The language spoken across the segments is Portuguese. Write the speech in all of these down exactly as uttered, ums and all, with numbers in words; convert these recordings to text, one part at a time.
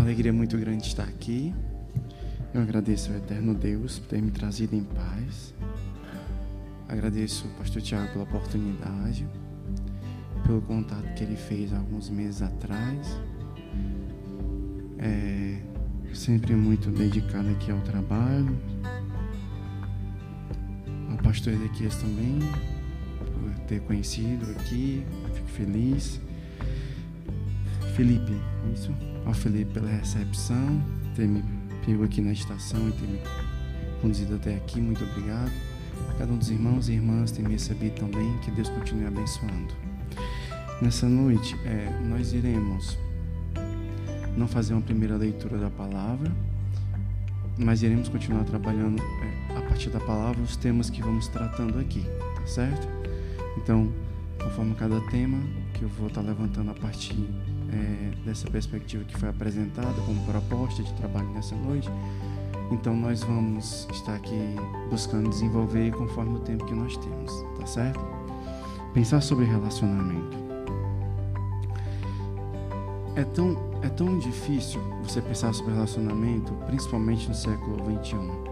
alegria muito grande estar aqui. Eu agradeço ao eterno Deus por ter me trazido em paz. Agradeço ao pastor Tiago pela oportunidade, pelo contato que ele fez há alguns meses atrás. É, sempre muito dedicado aqui ao trabalho. Ao pastor Ezequias também, por ter conhecido aqui, fico feliz. Felipe, isso? Ao Felipe pela recepção, ter me pego aqui na estação e ter me conduzido até aqui, muito obrigado. A cada um dos irmãos e irmãs tem me recebido também, que Deus continue abençoando. Nessa noite, é, nós iremos não fazer uma primeira leitura da palavra, mas iremos continuar trabalhando é, a partir da palavra os temas que vamos tratando aqui, tá certo? Então, conforme cada tema que eu vou estar levantando a partir é, dessa perspectiva que foi apresentada como proposta de trabalho nessa noite, então nós vamos estar aqui buscando desenvolver conforme o tempo que nós temos, tá certo? Pensar sobre relacionamento. É tão, é tão difícil você pensar sobre relacionamento, principalmente no século vinte e um.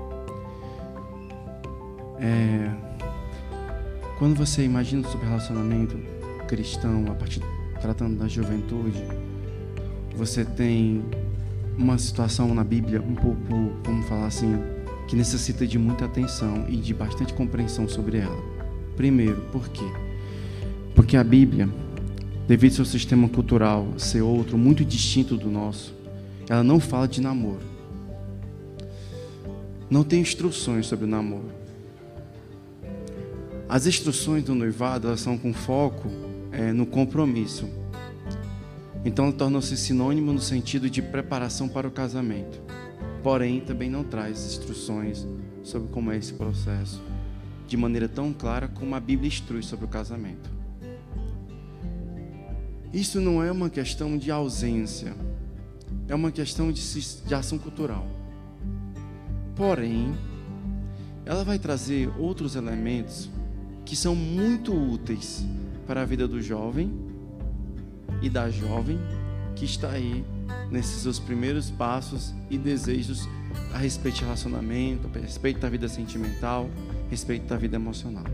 É, quando você imagina sobre relacionamento cristão, a partir tratando da juventude, você tem uma situação na Bíblia um pouco, vamos falar assim, que necessita de muita atenção e de bastante compreensão sobre ela. Primeiro, por quê? Porque a Bíblia, devido ao seu sistema cultural ser outro, muito distinto do nosso, ela não fala de namoro. Não tem instruções sobre o namoro. As instruções do noivado, elas são com foco é, no compromisso. Então, ela torna-se sinônimo no sentido de preparação para o casamento. Porém, também não traz instruções sobre como é esse processo, de maneira tão clara como a Bíblia instrui sobre o casamento. Isso não é uma questão de ausência, é uma questão de, de ação cultural. Porém, ela vai trazer outros elementos que são muito úteis para a vida do jovem e da jovem que está aí nesses seus primeiros passos e desejos a respeito de relacionamento, a respeito da vida sentimental, a respeito da vida emocional.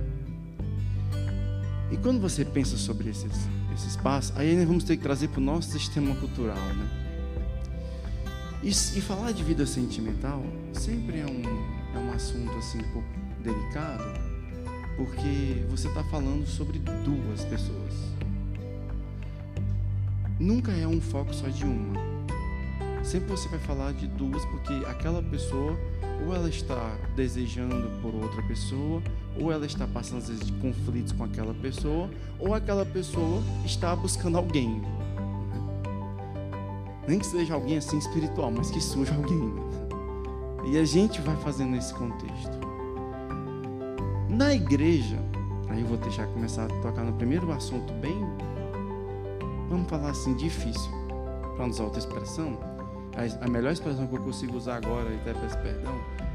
E quando você pensa sobre esses, esses passos, aí nós vamos ter que trazer para o nosso sistema cultural, né? E, e falar de vida sentimental sempre é um, é um assunto assim, um pouco delicado, porque você está falando sobre duas pessoas. Nunca é um foco só de uma. Sempre você vai falar de duas, porque aquela pessoa, ou ela está desejando por outra pessoa, ou ela está passando às vezes de conflitos com aquela pessoa, ou aquela pessoa está buscando alguém. Nem que seja alguém assim espiritual, mas que surja alguém. E a gente vai fazendo esse contexto. Na igreja, aí eu vou deixar começar a tocar no primeiro assunto bem, vamos falar assim, difícil, para não usar outra expressão. A, a melhor expressão que eu consigo usar agora, até peço perdão,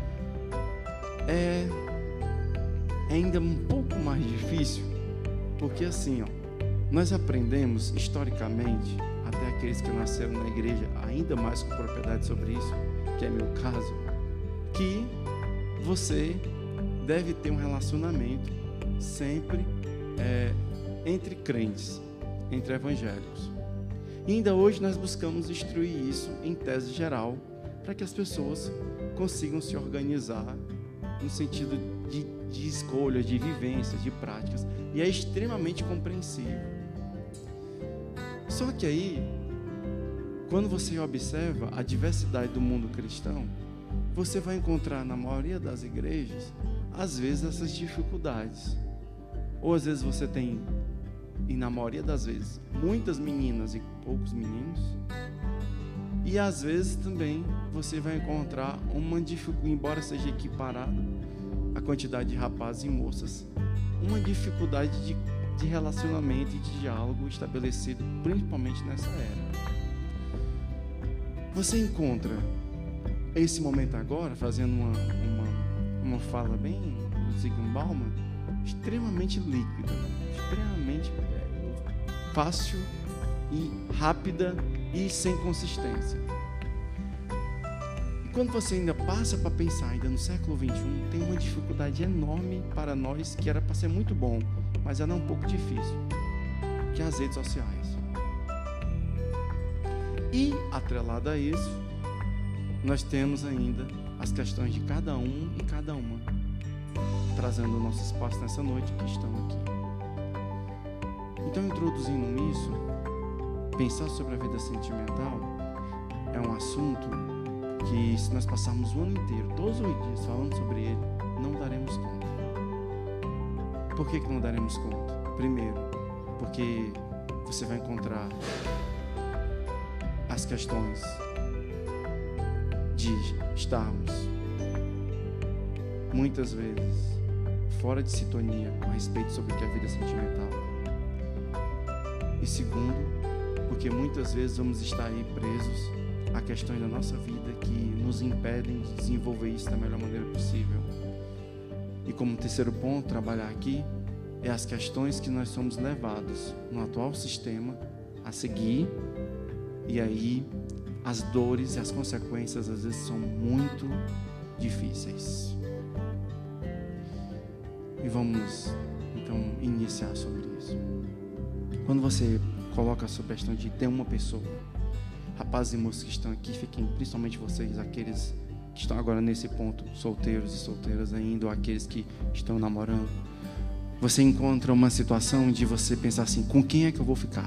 é, é ainda um pouco mais difícil, porque assim, ó, nós aprendemos historicamente, até aqueles que nasceram na igreja, ainda mais com propriedade sobre isso, que é meu caso, que você deve ter um relacionamento sempre é, entre crentes, entre evangélicos. E ainda hoje nós buscamos instruir isso em tese geral, para que as pessoas consigam se organizar no sentido de, de escolhas, de vivências, de práticas, e é extremamente compreensível. Só que aí, quando você observa a diversidade do mundo cristão, você vai encontrar na maioria das igrejas, às vezes, essas dificuldades. Ou às vezes você tem, e na maioria das vezes, muitas meninas e poucos meninos. E às vezes também você vai encontrar uma dificuldade, embora seja equiparado a quantidade de rapazes e moças, uma dificuldade de, de relacionamento e de diálogo estabelecido principalmente nessa era. Você encontra esse momento agora, fazendo uma, uma, uma fala bem do Zygmunt Bauman, extremamente líquida, extremamente fácil e rápida e sem consistência. quando você ainda passa para pensar, ainda no século vinte e um, tem uma dificuldade enorme para nós, que era para ser muito bom, mas era um pouco difícil, que é as redes sociais. E, atrelado a isso, nós temos ainda as questões de cada um e cada uma, trazendo o nosso espaço nessa noite que estão aqui. Então, introduzindo isso, pensar sobre a vida sentimental é um assunto que, se nós passarmos o ano inteiro, todos os dias, falando sobre ele, não daremos conta. Por que que não daremos conta? Primeiro, porque você vai encontrar as questões de estarmos muitas vezes fora de sintonia a respeito sobre o que é a vida sentimental. E segundo, porque muitas vezes vamos estar aí presos a questões da nossa vida que nos impedem de desenvolver isso da melhor maneira possível. E como terceiro ponto, trabalhar aqui, é as questões que nós somos levados no atual sistema a seguir, e aí as dores e as consequências às vezes são muito difíceis. E vamos então iniciar sobre isso. Quando você coloca a sua questão de ter uma pessoa, rapazes e moças que estão aqui, fiquem, principalmente vocês, aqueles que estão agora nesse ponto, solteiros e solteiras ainda, ou aqueles que estão namorando, você encontra uma situação de você pensar assim: com quem é que eu vou ficar?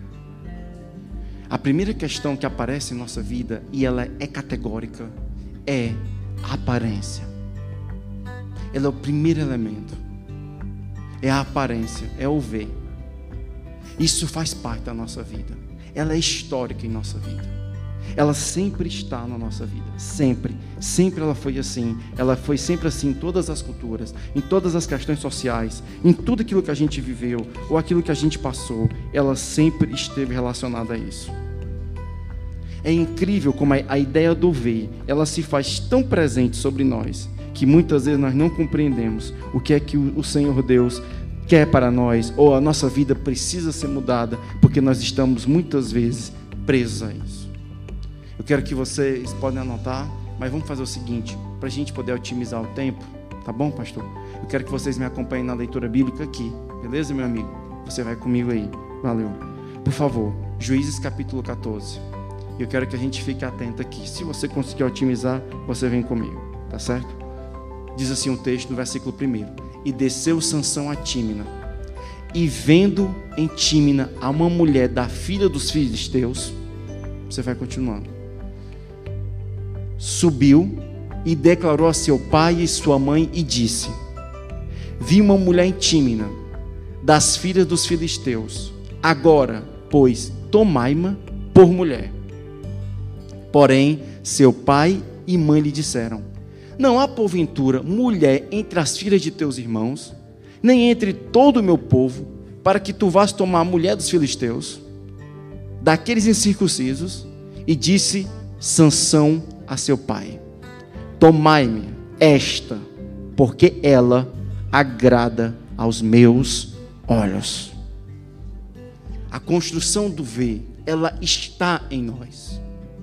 A primeira questão que aparece em nossa vida, e ela é categórica, é a aparência. Ela é o primeiro elemento. É a aparência, é o ver. Isso faz parte da nossa vida. Ela é histórica em nossa vida. Ela sempre está na nossa vida. Sempre. Sempre ela foi assim. Ela foi sempre assim em todas as culturas, em todas as questões sociais, em tudo aquilo que a gente viveu, ou aquilo que a gente passou. Ela sempre esteve relacionada a isso. É incrível como a, a ideia do ver, ela se faz tão presente sobre nós, que muitas vezes nós não compreendemos o que é que o, o Senhor Deus quer para nós, ou a nossa vida precisa ser mudada, porque nós estamos muitas vezes presos a isso. Eu quero que vocês podem anotar, mas vamos fazer o seguinte, para a gente poder otimizar o tempo, tá bom, pastor? Eu quero que vocês me acompanhem na leitura bíblica aqui, beleza, meu amigo? Você vai comigo aí, valeu. Por favor, Juízes capítulo catorze. Eu quero que a gente fique atento aqui. Se você conseguir otimizar, você vem comigo, tá certo? Diz assim o texto no versículo primeiro: e desceu Sansão a Tímina, e vendo em Tímina a uma mulher da filha dos filisteus, você vai continuando, subiu e declarou a seu pai e sua mãe e disse: vi uma mulher em Tímina, das filhas dos filisteus, agora, pois, tomai-ma por mulher. Porém, seu pai e mãe lhe disseram: não há porventura mulher entre as filhas de teus irmãos, nem entre todo o meu povo, para que tu vás tomar a mulher dos filisteus, daqueles incircuncisos? E disse Sansão a seu pai: tomai-me esta, porque ela agrada aos meus olhos. A construção do ver, ela está em nós.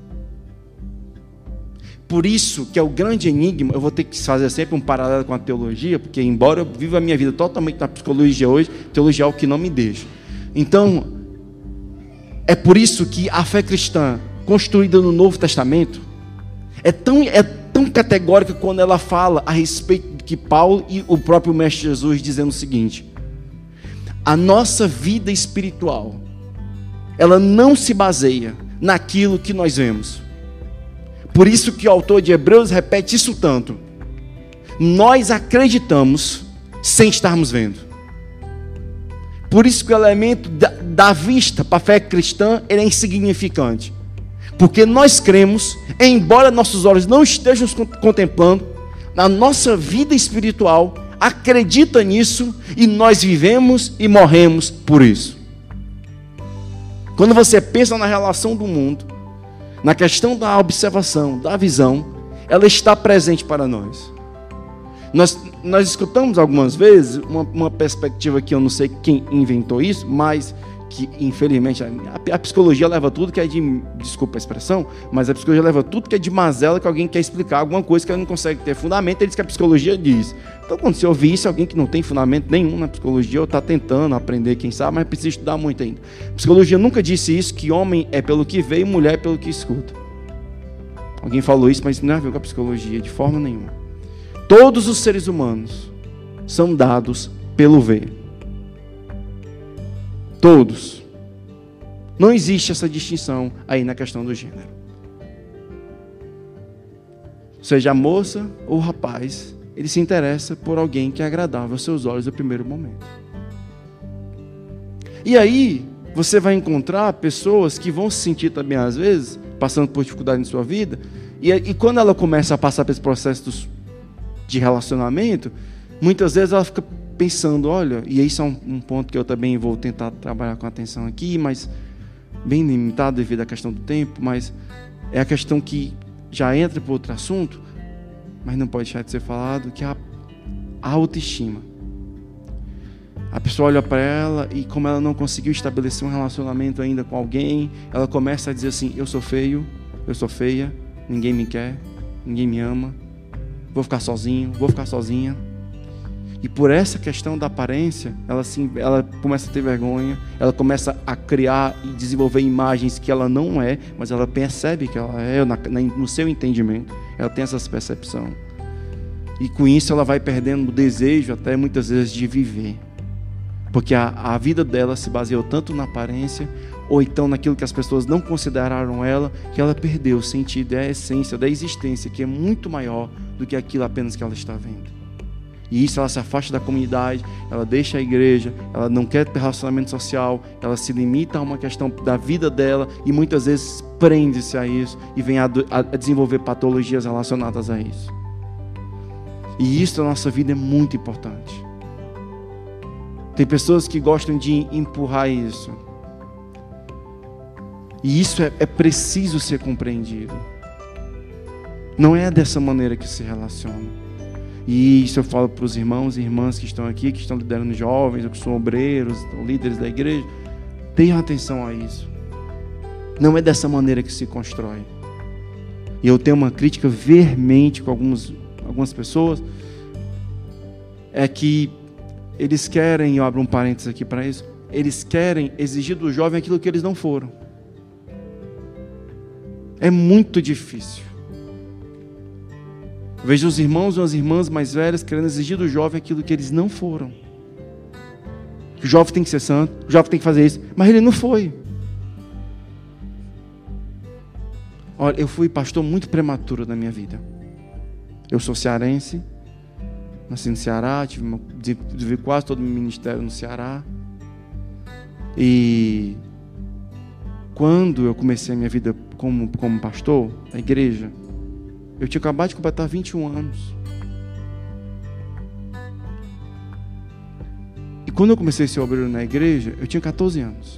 Por isso que é o grande enigma. Eu vou ter que fazer sempre um paralelo com a teologia, porque embora eu viva a minha vida totalmente na psicologia hoje, teologia é o que não me deixa. Então, é por isso que a fé cristã, construída no Novo Testamento, é tão, é tão categórica quando ela fala a respeito de que Paulo e o próprio Mestre Jesus dizendo o seguinte: a nossa vida espiritual, ela não se baseia naquilo que nós vemos. Por isso que o autor de Hebreus repete isso tanto. Nós acreditamos sem estarmos vendo. Por isso que o elemento da, da vista para a fé cristã, ele é insignificante. Porque nós cremos, embora nossos olhos não estejam contemplando, na nossa vida espiritual, acredita nisso e nós vivemos e morremos por isso. Quando você pensa na relação do mundo, na questão da observação, da visão, ela está presente para nós. Nós, nós escutamos algumas vezes uma, uma perspectiva que eu não sei quem inventou isso, mas que infelizmente, a, a psicologia leva tudo que é de, desculpa a expressão, mas a psicologia leva tudo que é de mazela, que alguém quer explicar alguma coisa que ela não consegue ter fundamento, ele diz que a psicologia diz. Então, quando você ouvir isso, alguém que não tem fundamento nenhum na psicologia, ou está tentando aprender, quem sabe, mas precisa estudar muito ainda. A psicologia nunca disse isso, que homem é pelo que vê e mulher é pelo que escuta. Alguém falou isso, mas não é a ver com a psicologia, de forma nenhuma. Todos os seres humanos são dados pelo ver. Todos. Não existe essa distinção aí na questão do gênero. Seja a moça ou o rapaz, ele se interessa por alguém que é agradável aos seus olhos no primeiro momento. E aí, você vai encontrar pessoas que vão se sentir também, às vezes, passando por dificuldade em sua vida, e, e quando ela começa a passar por esse processo dos, de relacionamento, muitas vezes ela fica pensando, olha, e isso é um, um ponto que eu também vou tentar trabalhar com atenção aqui, mas bem limitado devido à questão do tempo, mas é a questão que já entra para outro assunto, mas não pode deixar de ser falado, que é a, a autoestima. A pessoa olha para ela e como ela não conseguiu estabelecer um relacionamento ainda com alguém, ela começa a dizer assim, eu sou feio, eu sou feia, ninguém me quer, ninguém me ama, vou ficar sozinho, vou ficar sozinha. E por essa questão da aparência, ela, sim, ela começa a ter vergonha, ela começa a criar e desenvolver imagens que ela não é, mas ela percebe que ela é, na, no seu entendimento, ela tem essa percepção. E com isso ela vai perdendo o desejo, até muitas vezes, de viver. Porque a, a vida dela se baseou tanto na aparência, ou então naquilo que as pessoas não consideraram ela, que ela perdeu o sentido, a essência da existência, que é muito maior do que aquilo apenas que ela está vendo. E isso ela se afasta da comunidade, ela deixa a igreja, ela não quer ter relacionamento social, ela se limita a uma questão da vida dela e muitas vezes prende-se a isso e vem a, a desenvolver patologias relacionadas a isso. E isso na nossa vida é muito importante. Tem pessoas que gostam de empurrar isso. E isso é, é preciso ser compreendido. Não é dessa maneira que se relaciona. E isso eu falo para os irmãos e irmãs que estão aqui, que estão liderando jovens, ou que são obreiros, ou líderes da igreja. Tenham atenção a isso. Não é dessa maneira que se constrói. E eu tenho uma crítica veemente com alguns, algumas pessoas, é que eles querem, eu abro um parênteses aqui para isso, eles querem exigir do jovem aquilo que eles não foram. É muito difícil. Vejo os irmãos ou as irmãs mais velhas querendo exigir do jovem aquilo que eles não foram. O jovem tem que ser santo, o jovem tem que fazer isso, mas ele não foi. Olha, eu fui pastor muito prematuro na minha vida. Eu sou cearense, nasci no Ceará, tive, uma, tive quase todo o meu ministério no Ceará. E quando eu comecei a minha vida como, como pastor, na igreja, eu tinha acabado de completar vinte e um anos. E quando eu comecei a ser obreiro na igreja, eu tinha catorze anos.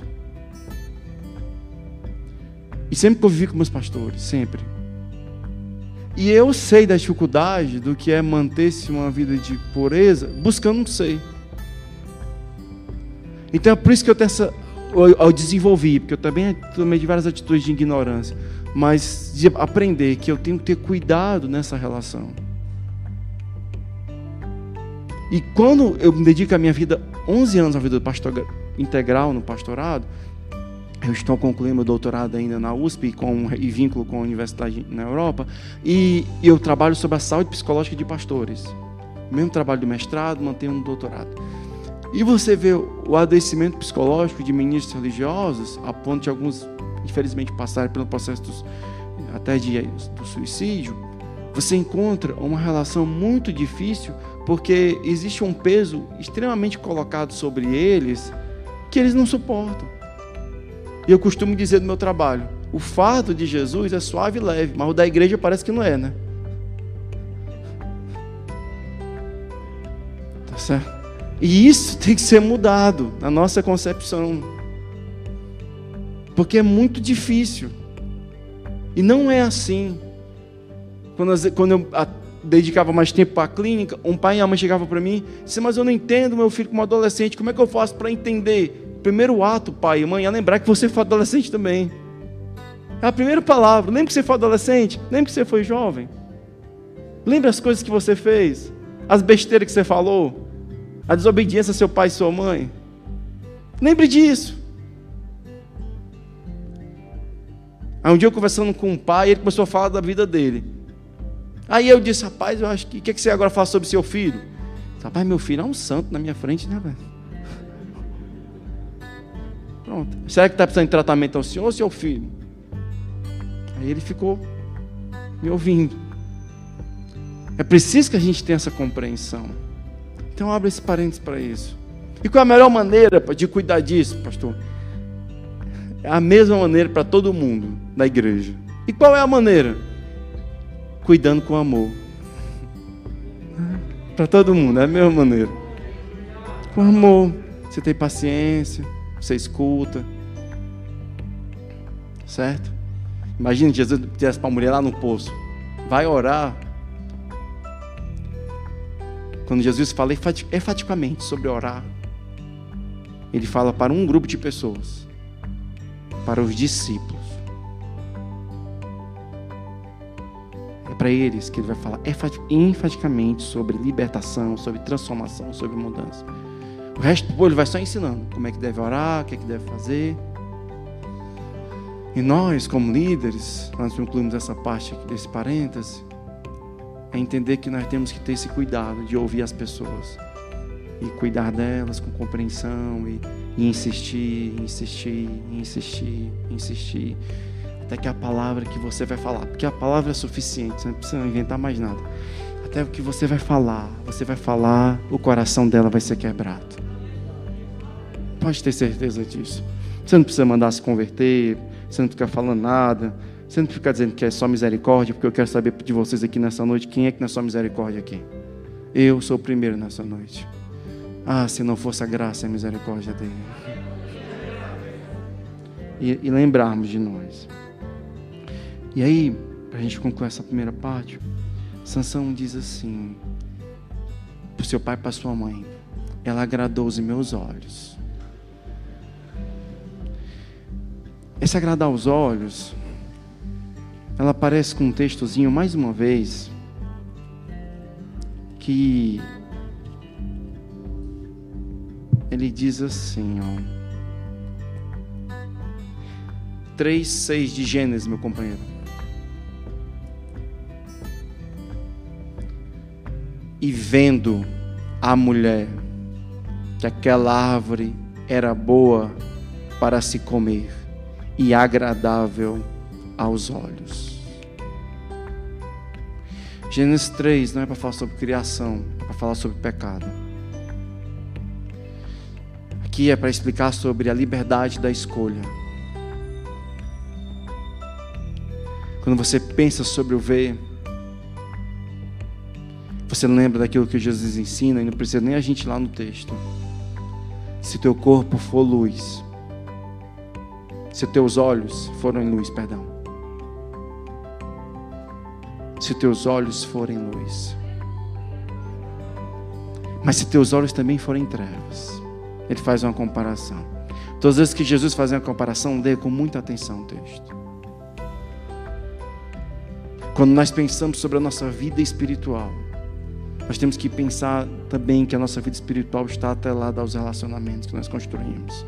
E sempre convivi com meus pastores, sempre. E eu sei da dificuldade do que é manter-se uma vida de pureza, buscando um ser. Então é por isso que eu tenho essa... Eu, eu desenvolvi, porque eu também tomei de várias atitudes de ignorância, mas de aprender que eu tenho que ter cuidado nessa relação. E quando eu me dedico a minha vida, onze anos à vida do pastor integral no pastorado, eu estou concluindo meu doutorado ainda na U S P com, e vínculo com a universidade na Europa, e eu trabalho sobre a saúde psicológica de pastores. O mesmo trabalho de mestrado, mantenho um doutorado. E você vê o adoecimento psicológico de ministros religiosos, a ponto de alguns, infelizmente, passarem pelo processo dos, até de, do suicídio. Você encontra uma relação muito difícil, porque existe um peso extremamente colocado sobre eles que eles não suportam. E eu costumo dizer no meu trabalho, o fardo de Jesus é suave e leve, mas o da igreja parece que não é, né? Tá certo? E isso tem que ser mudado na nossa concepção. Porque é muito difícil. E não é assim. Quando, quando eu dedicava mais tempo para a clínica, um pai e a mãe chegavam para mim e disseram, mas eu não entendo meu filho como adolescente, como é que eu faço para entender? primeiro ato, pai e mãe, é lembrar que você foi adolescente também. É a primeira palavra. Lembra que você foi adolescente? Lembra que você foi jovem? Lembra as coisas que você fez? As besteiras que você falou? A desobediência a seu pai e sua mãe? Lembre disso. Aí um dia eu conversando com um pai, ele começou a falar da vida dele. Aí eu disse, rapaz, eu acho que... O que, que você agora fala sobre seu filho? Rapaz, meu filho é um santo na minha frente, né, velho? Pronto. Será que está precisando de tratamento ao senhor ou seu filho? Aí ele ficou me ouvindo. É preciso que a gente tenha essa compreensão. Então abre esse parênteses para isso. E qual é a melhor maneira de cuidar disso, pastor? É a mesma maneira para todo mundo da igreja. E qual é a maneira? Cuidando com amor. Para todo mundo, é a mesma maneira. Com amor. Você tem paciência, você escuta. Certo? Imagina Jesus dissesse para a mulher lá no poço: vai orar. Quando Jesus fala enfaticamente sobre orar, ele fala para um grupo de pessoas, para os discípulos. É para eles que ele vai falar enfaticamente sobre libertação, sobre transformação, sobre mudança. O resto do povo ele vai só ensinando como é que deve orar, o que é que deve fazer. E nós, como líderes, nós concluímos essa parte aqui desse parêntese, é entender que nós temos que ter esse cuidado de ouvir as pessoas e cuidar delas com compreensão e, e insistir, insistir, insistir, insistir, até que a palavra que você vai falar, porque a palavra é suficiente, você não precisa inventar mais nada. Até o que você vai falar, você vai falar, o coração dela vai ser quebrado. Pode ter certeza disso. Você não precisa mandar se converter, você não fica falando nada, você não fica dizendo que é só misericórdia, porque eu quero saber de vocês aqui nessa noite, quem é que não é só misericórdia aqui? Eu sou o primeiro nessa noite. Ah, se não fosse a graça e a misericórdia dele. E, e lembrarmos de nós. E aí, para a gente concluir essa primeira parte, Sansão diz assim, para o seu pai e para a sua mãe: ela agradou os meus olhos. Esse agradar os olhos, ela aparece com um textozinho, mais uma vez, que ele diz assim, ó, três, seis de Gênesis, meu companheiro. E vendo a mulher que aquela árvore era boa para se comer e agradável aos olhos. Gênesis três não é para falar sobre criação, é para falar sobre pecado. Aqui é para explicar sobre a liberdade da escolha. Quando você pensa sobre o ver, você lembra daquilo que Jesus ensina, e não precisa nem a gente ir lá no texto. Se teu corpo for luz, se teus olhos forem luz, perdão. Se teus olhos forem luz. Mas se teus olhos também forem trevas. Ele faz uma comparação. Todas as vezes que Jesus faz uma comparação, lê com muita atenção o texto. Quando nós pensamos sobre a nossa vida espiritual, nós temos que pensar também que a nossa vida espiritual está atrelada aos relacionamentos que nós construímos.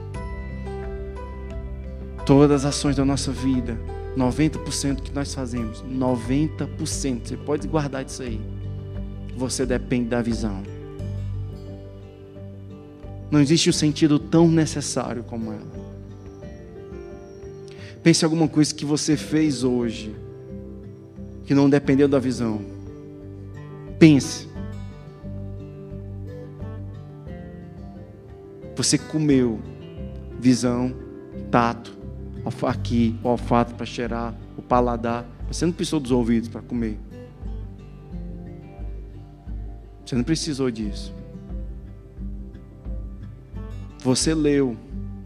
Todas as ações da nossa vida, noventa por cento que nós fazemos, noventa por cento, você pode guardar disso aí, você depende da visão. Não existe um sentido tão necessário como ela. Pense em alguma coisa que você fez hoje, que não dependeu da visão. Pense. Você comeu, visão, tato, aqui, o olfato para cheirar, o paladar. Você não precisou dos ouvidos para comer. Você não precisou disso. Você leu.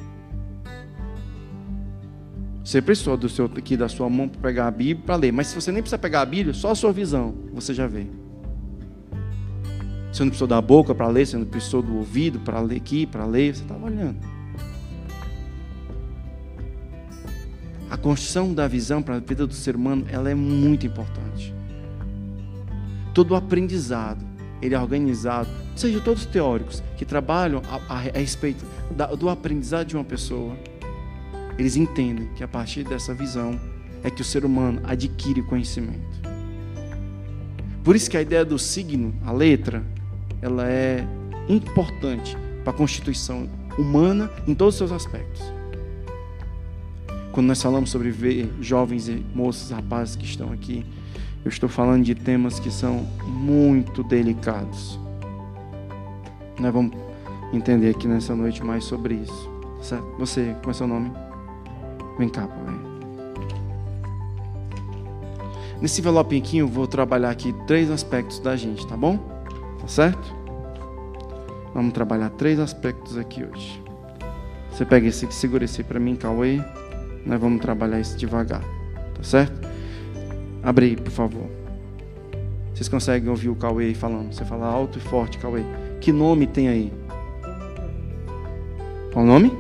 Você precisou do seu, aqui da sua mão para pegar a Bíblia para ler. Mas se você nem precisa pegar a Bíblia, só a sua visão, você já vê. Você não precisou da boca para ler, você não precisou do ouvido para ler aqui, para ler, você estava olhando. A construção da visão para a vida do ser humano, ela é muito importante. Todo o aprendizado, ele é organizado, seja todos os teóricos que trabalham a, a, a respeito da, do aprendizado de uma pessoa, eles entendem que a partir dessa visão é que o ser humano adquire conhecimento. Por isso que a ideia do signo, a letra, ela é importante para a constituição humana em todos os seus aspectos. Quando nós falamos sobre ver jovens e moças, rapazes que estão aqui, eu estou falando de temas que são muito delicados. Nós vamos entender aqui nessa noite mais sobre isso. Certo? Você, como é seu nome? Vem cá, pai. Nesse envelope aqui eu vou trabalhar aqui três aspectos da gente, tá bom? Tá certo? Vamos trabalhar três aspectos aqui hoje. Você pega esse aqui, segura esse para mim, Cauê. Nós vamos trabalhar isso devagar, tá certo? Abre aí, por favor. Vocês conseguem ouvir o Cauê falando? Você fala alto e forte, Cauê. Que nome tem aí? Qual o nome?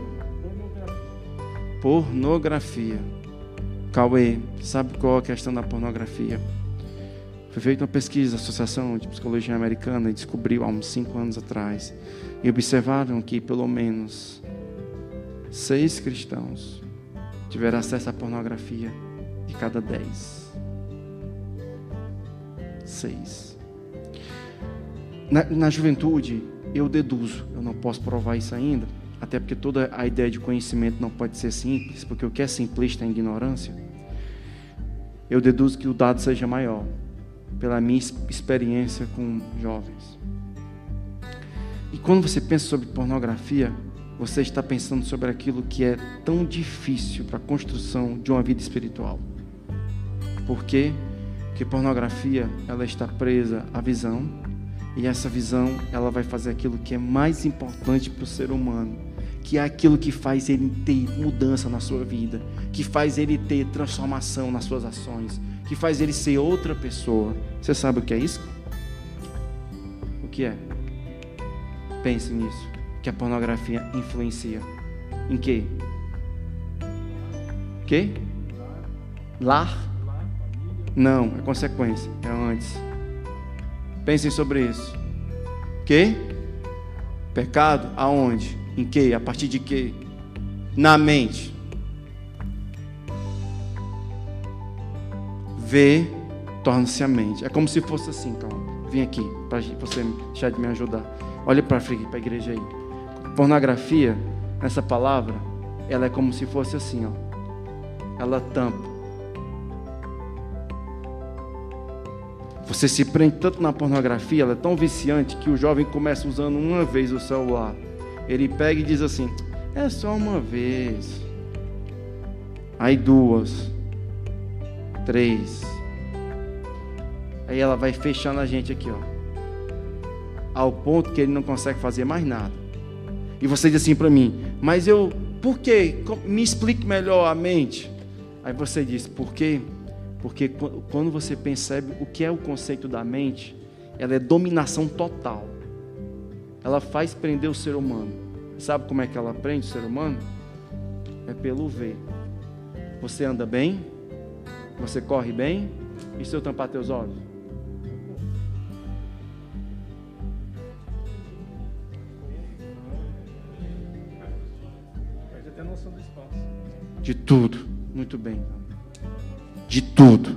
Pornografia. Cauê, sabe qual é a questão da pornografia? Foi feita uma pesquisa da Associação de Psicologia Americana e descobriu há uns cinco anos atrás. E observaram que pelo menos seis cristãos tiveram acesso à pornografia de cada dez. Seis. Na, na juventude, eu deduzo, eu não posso provar isso ainda, até porque toda a ideia de conhecimento não pode ser simples, porque o que é simplista é ignorância. Eu deduzo que o dado seja maior, pela minha experiência com jovens. E quando você pensa sobre pornografia, você está pensando sobre aquilo que é tão difícil para a construção de uma vida espiritual. Por quê? Porque pornografia, ela está presa à visão, e essa visão, ela vai fazer aquilo que é mais importante para o ser humano, que é aquilo que faz ele ter mudança na sua vida, que faz ele ter transformação nas suas ações, que faz ele ser outra pessoa. Você sabe o que é isso? O que é? Pense nisso, que a pornografia influencia. Em quê? Quê? Lar? Não, é consequência, é antes. Pensem sobre isso. Quê? Pecado? Aonde? Em quê? A partir de quê? Na mente. Ver torna-se a mente. É como se fosse assim, calma. Vem aqui, para você deixar de me ajudar. Olha para a igreja aí. Pornografia, essa palavra, ela é como se fosse assim, ó. Ela tampa. Você se prende tanto na pornografia, ela é tão viciante que o jovem começa usando uma vez o celular. Ele pega e diz assim, é só uma vez. Aí duas, três. Aí ela vai fechando a gente aqui, ó, ao ponto que ele não consegue fazer mais nada. E você diz assim para mim, mas eu, por quê? Me explique melhor a mente. Aí você diz, por quê? Porque quando você percebe o que é o conceito da mente, ela é dominação total. Ela faz prender o ser humano. Sabe como é que ela prende o ser humano? É pelo ver. Você anda bem? Você corre bem? E se eu tampar teus olhos? Perde até a noção do espaço. De tudo. Muito bem. De tudo.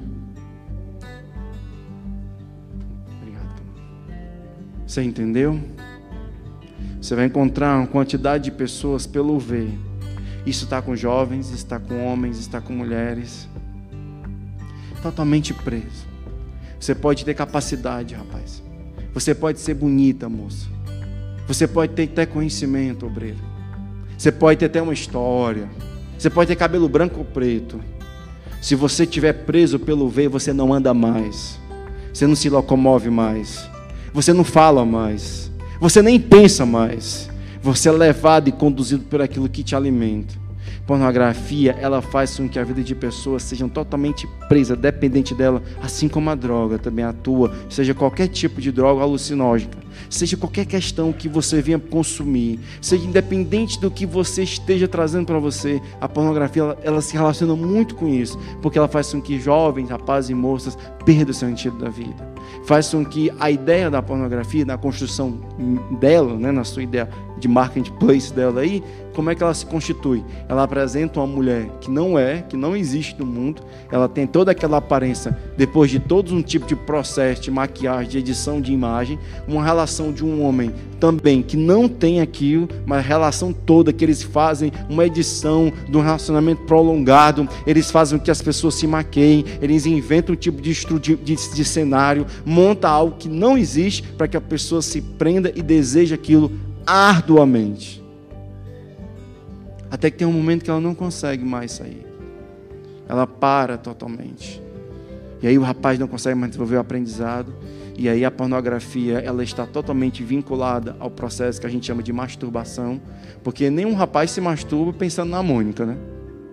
Obrigado. Você entendeu? Você vai encontrar uma quantidade de pessoas pelo ver. Isso está com jovens, está com homens, está com mulheres. Totalmente preso. Você pode ter capacidade, rapaz. Você pode ser bonita, moça. Você pode ter até conhecimento, obreiro. Você pode ter até uma história. Você pode ter cabelo branco ou preto. Se você estiver preso pelo ver, você não anda mais. Você não se locomove mais. Você não fala mais. Você nem pensa mais. Você é levado e conduzido por aquilo que te alimenta. Pornografia, ela faz com que a vida de pessoas seja totalmente presa, dependente dela, assim como a droga também atua, seja qualquer tipo de droga alucinógena, seja qualquer questão que você venha consumir, seja independente do que você esteja trazendo para você, a pornografia, ela, ela se relaciona muito com isso, porque ela faz com que jovens, rapazes e moças perdam o sentido da vida. Faz com que a ideia da pornografia, na construção dela, né, na sua ideia de marketplace dela aí, como é que ela se constitui? Ela apresenta uma mulher que não é, que não existe no mundo, ela tem toda aquela aparência, depois de todo um tipo de processo, de maquiagem, de edição de imagem, uma relação de um homem também que não tem aquilo, mas a relação toda que eles fazem, uma edição de um relacionamento prolongado, eles fazem com que as pessoas se maqueiem, eles inventam um tipo de, de, de, de cenário, monta algo que não existe para que a pessoa se prenda e deseje aquilo arduamente. Até que tem um momento que ela não consegue mais sair. Ela para totalmente. E aí o rapaz não consegue mais desenvolver o aprendizado. E aí a pornografia, ela está totalmente vinculada ao processo que a gente chama de masturbação. Porque nenhum rapaz se masturba pensando na Mônica, né?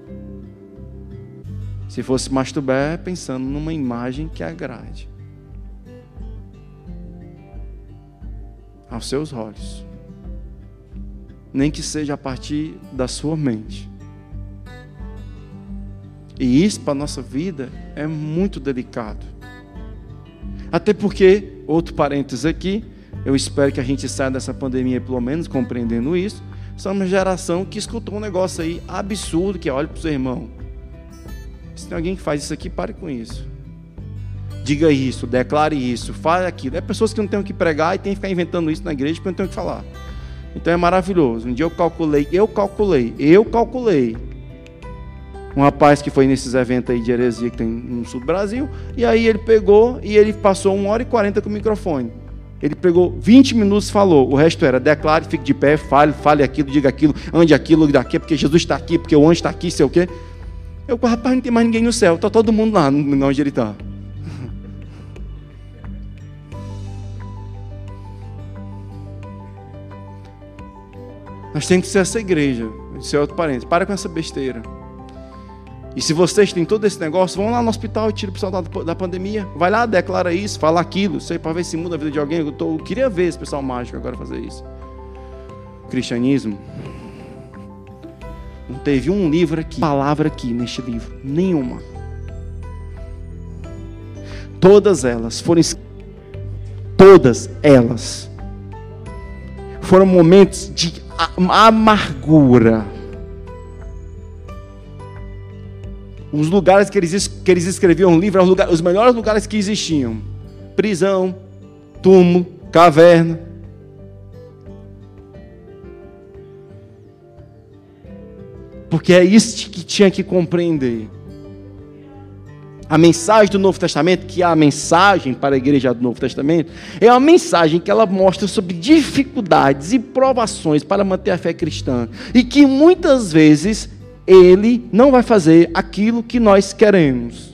Se fosse masturbar, é pensando numa imagem que agrade aos seus olhos. Nem que seja a partir da sua mente. E isso para a nossa vida é muito delicado. Até porque, outro parênteses aqui, eu espero que a gente saia dessa pandemia pelo menos compreendendo isso. Somos uma geração que escutou um negócio aí absurdo, que olha para o seu irmão. Se tem alguém que faz isso aqui, pare com isso. Diga isso, declare isso, fale aquilo. É pessoas que não têm o que pregar e têm que ficar inventando isso na igreja porque não tem o que falar. Então é maravilhoso. Um dia eu calculei, eu calculei, eu calculei. Um rapaz que foi nesses eventos aí de heresia que tem no sul do Brasil, e aí ele pegou e ele passou uma hora e quarenta com o microfone. Ele pegou vinte minutos e falou, o resto era, declare, fique de pé, fale, fale aquilo, diga aquilo, ande aquilo, daqui, porque Jesus está aqui, porque o anjo está aqui, sei o quê. Eu, rapaz, não tem mais ninguém no céu, está todo mundo lá, onde ele está. Nós temos que ser essa igreja. Isso é outro parênteses. Para com essa besteira. E se vocês têm todo esse negócio, vão lá no hospital e tira o pessoal da, da pandemia. Vai lá, declara isso, fala aquilo. Sei, para ver se muda a vida de alguém. Eu, tô, eu queria ver esse pessoal mágico agora fazer isso. O cristianismo. Não teve um livro aqui, palavra aqui neste livro. Nenhuma. Todas elas foram. Todas elas. Foram momentos de amargura. Os lugares que eles, que eles escreviam livro eram os, lugares, os melhores lugares que existiam. Prisão, túmulo, caverna. Porque é isso que tinha que compreender. A mensagem do Novo Testamento, que é a mensagem para a igreja do Novo Testamento, é uma mensagem que ela mostra sobre dificuldades e provações para manter a fé cristã. E que muitas vezes ele não vai fazer aquilo que nós queremos.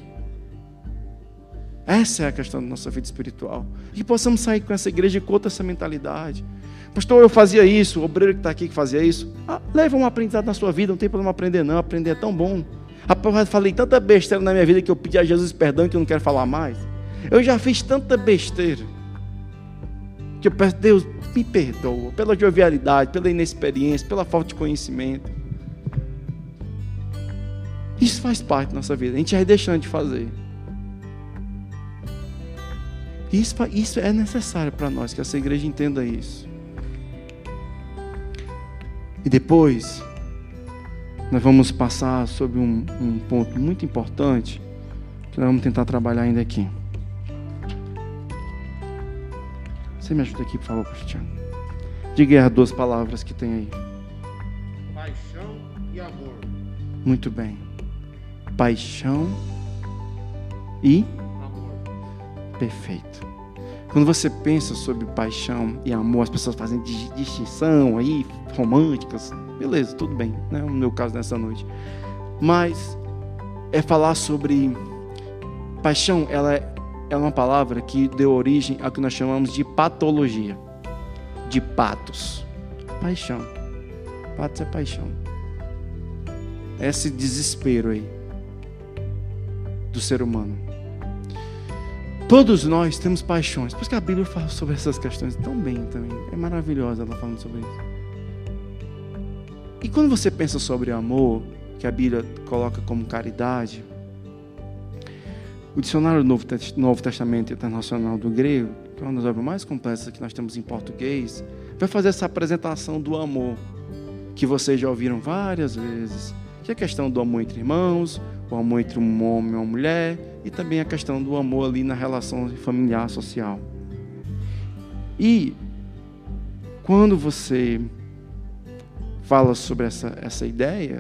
Essa é a questão da nossa vida espiritual. E possamos sair com essa igreja com outra essa mentalidade. Pastor, eu fazia isso, o obreiro que está aqui que fazia isso. Ah, leva um aprendizado na sua vida, não tem problema aprender não, aprender é tão bom. Rapaz, eu falei tanta besteira na minha vida que eu pedi a Jesus perdão que eu não quero falar mais. Eu já fiz tanta besteira que eu peço, Deus, me perdoa pela jovialidade, pela inexperiência, pela falta de conhecimento. Isso faz parte da nossa vida, a gente vai deixando de fazer. Isso, isso é necessário para nós, que essa igreja entenda isso. E depois nós vamos passar sobre um, um ponto muito importante que nós vamos tentar trabalhar ainda aqui. Você me ajuda aqui, por favor, Cristiano. Diga as duas palavras que tem aí. Paixão e amor. Muito bem. Paixão e Amor. Perfeito. Quando você pensa sobre paixão e amor, as pessoas fazem distinção aí, românticas. Beleza, tudo bem, não é o meu caso nessa noite. Mas é falar sobre paixão, ela é, é uma palavra que deu origem ao que nós chamamos de patologia, de patos. Paixão. Patos é paixão. esse desespero aí do ser humano. Todos nós temos paixões. Por isso que a Bíblia fala sobre essas questões tão bem também. É maravilhosa ela falando sobre isso. E quando você pensa sobre amor, que a Bíblia coloca como caridade, o dicionário do Novo Testamento Internacional do Grego, que é uma das obras mais complexas que nós temos em português, vai fazer essa apresentação do amor, que vocês já ouviram várias vezes, que é a questão do amor entre irmãos, o amor entre um homem e uma mulher, e também a questão do amor ali na relação familiar, social. E quando você fala sobre essa, essa ideia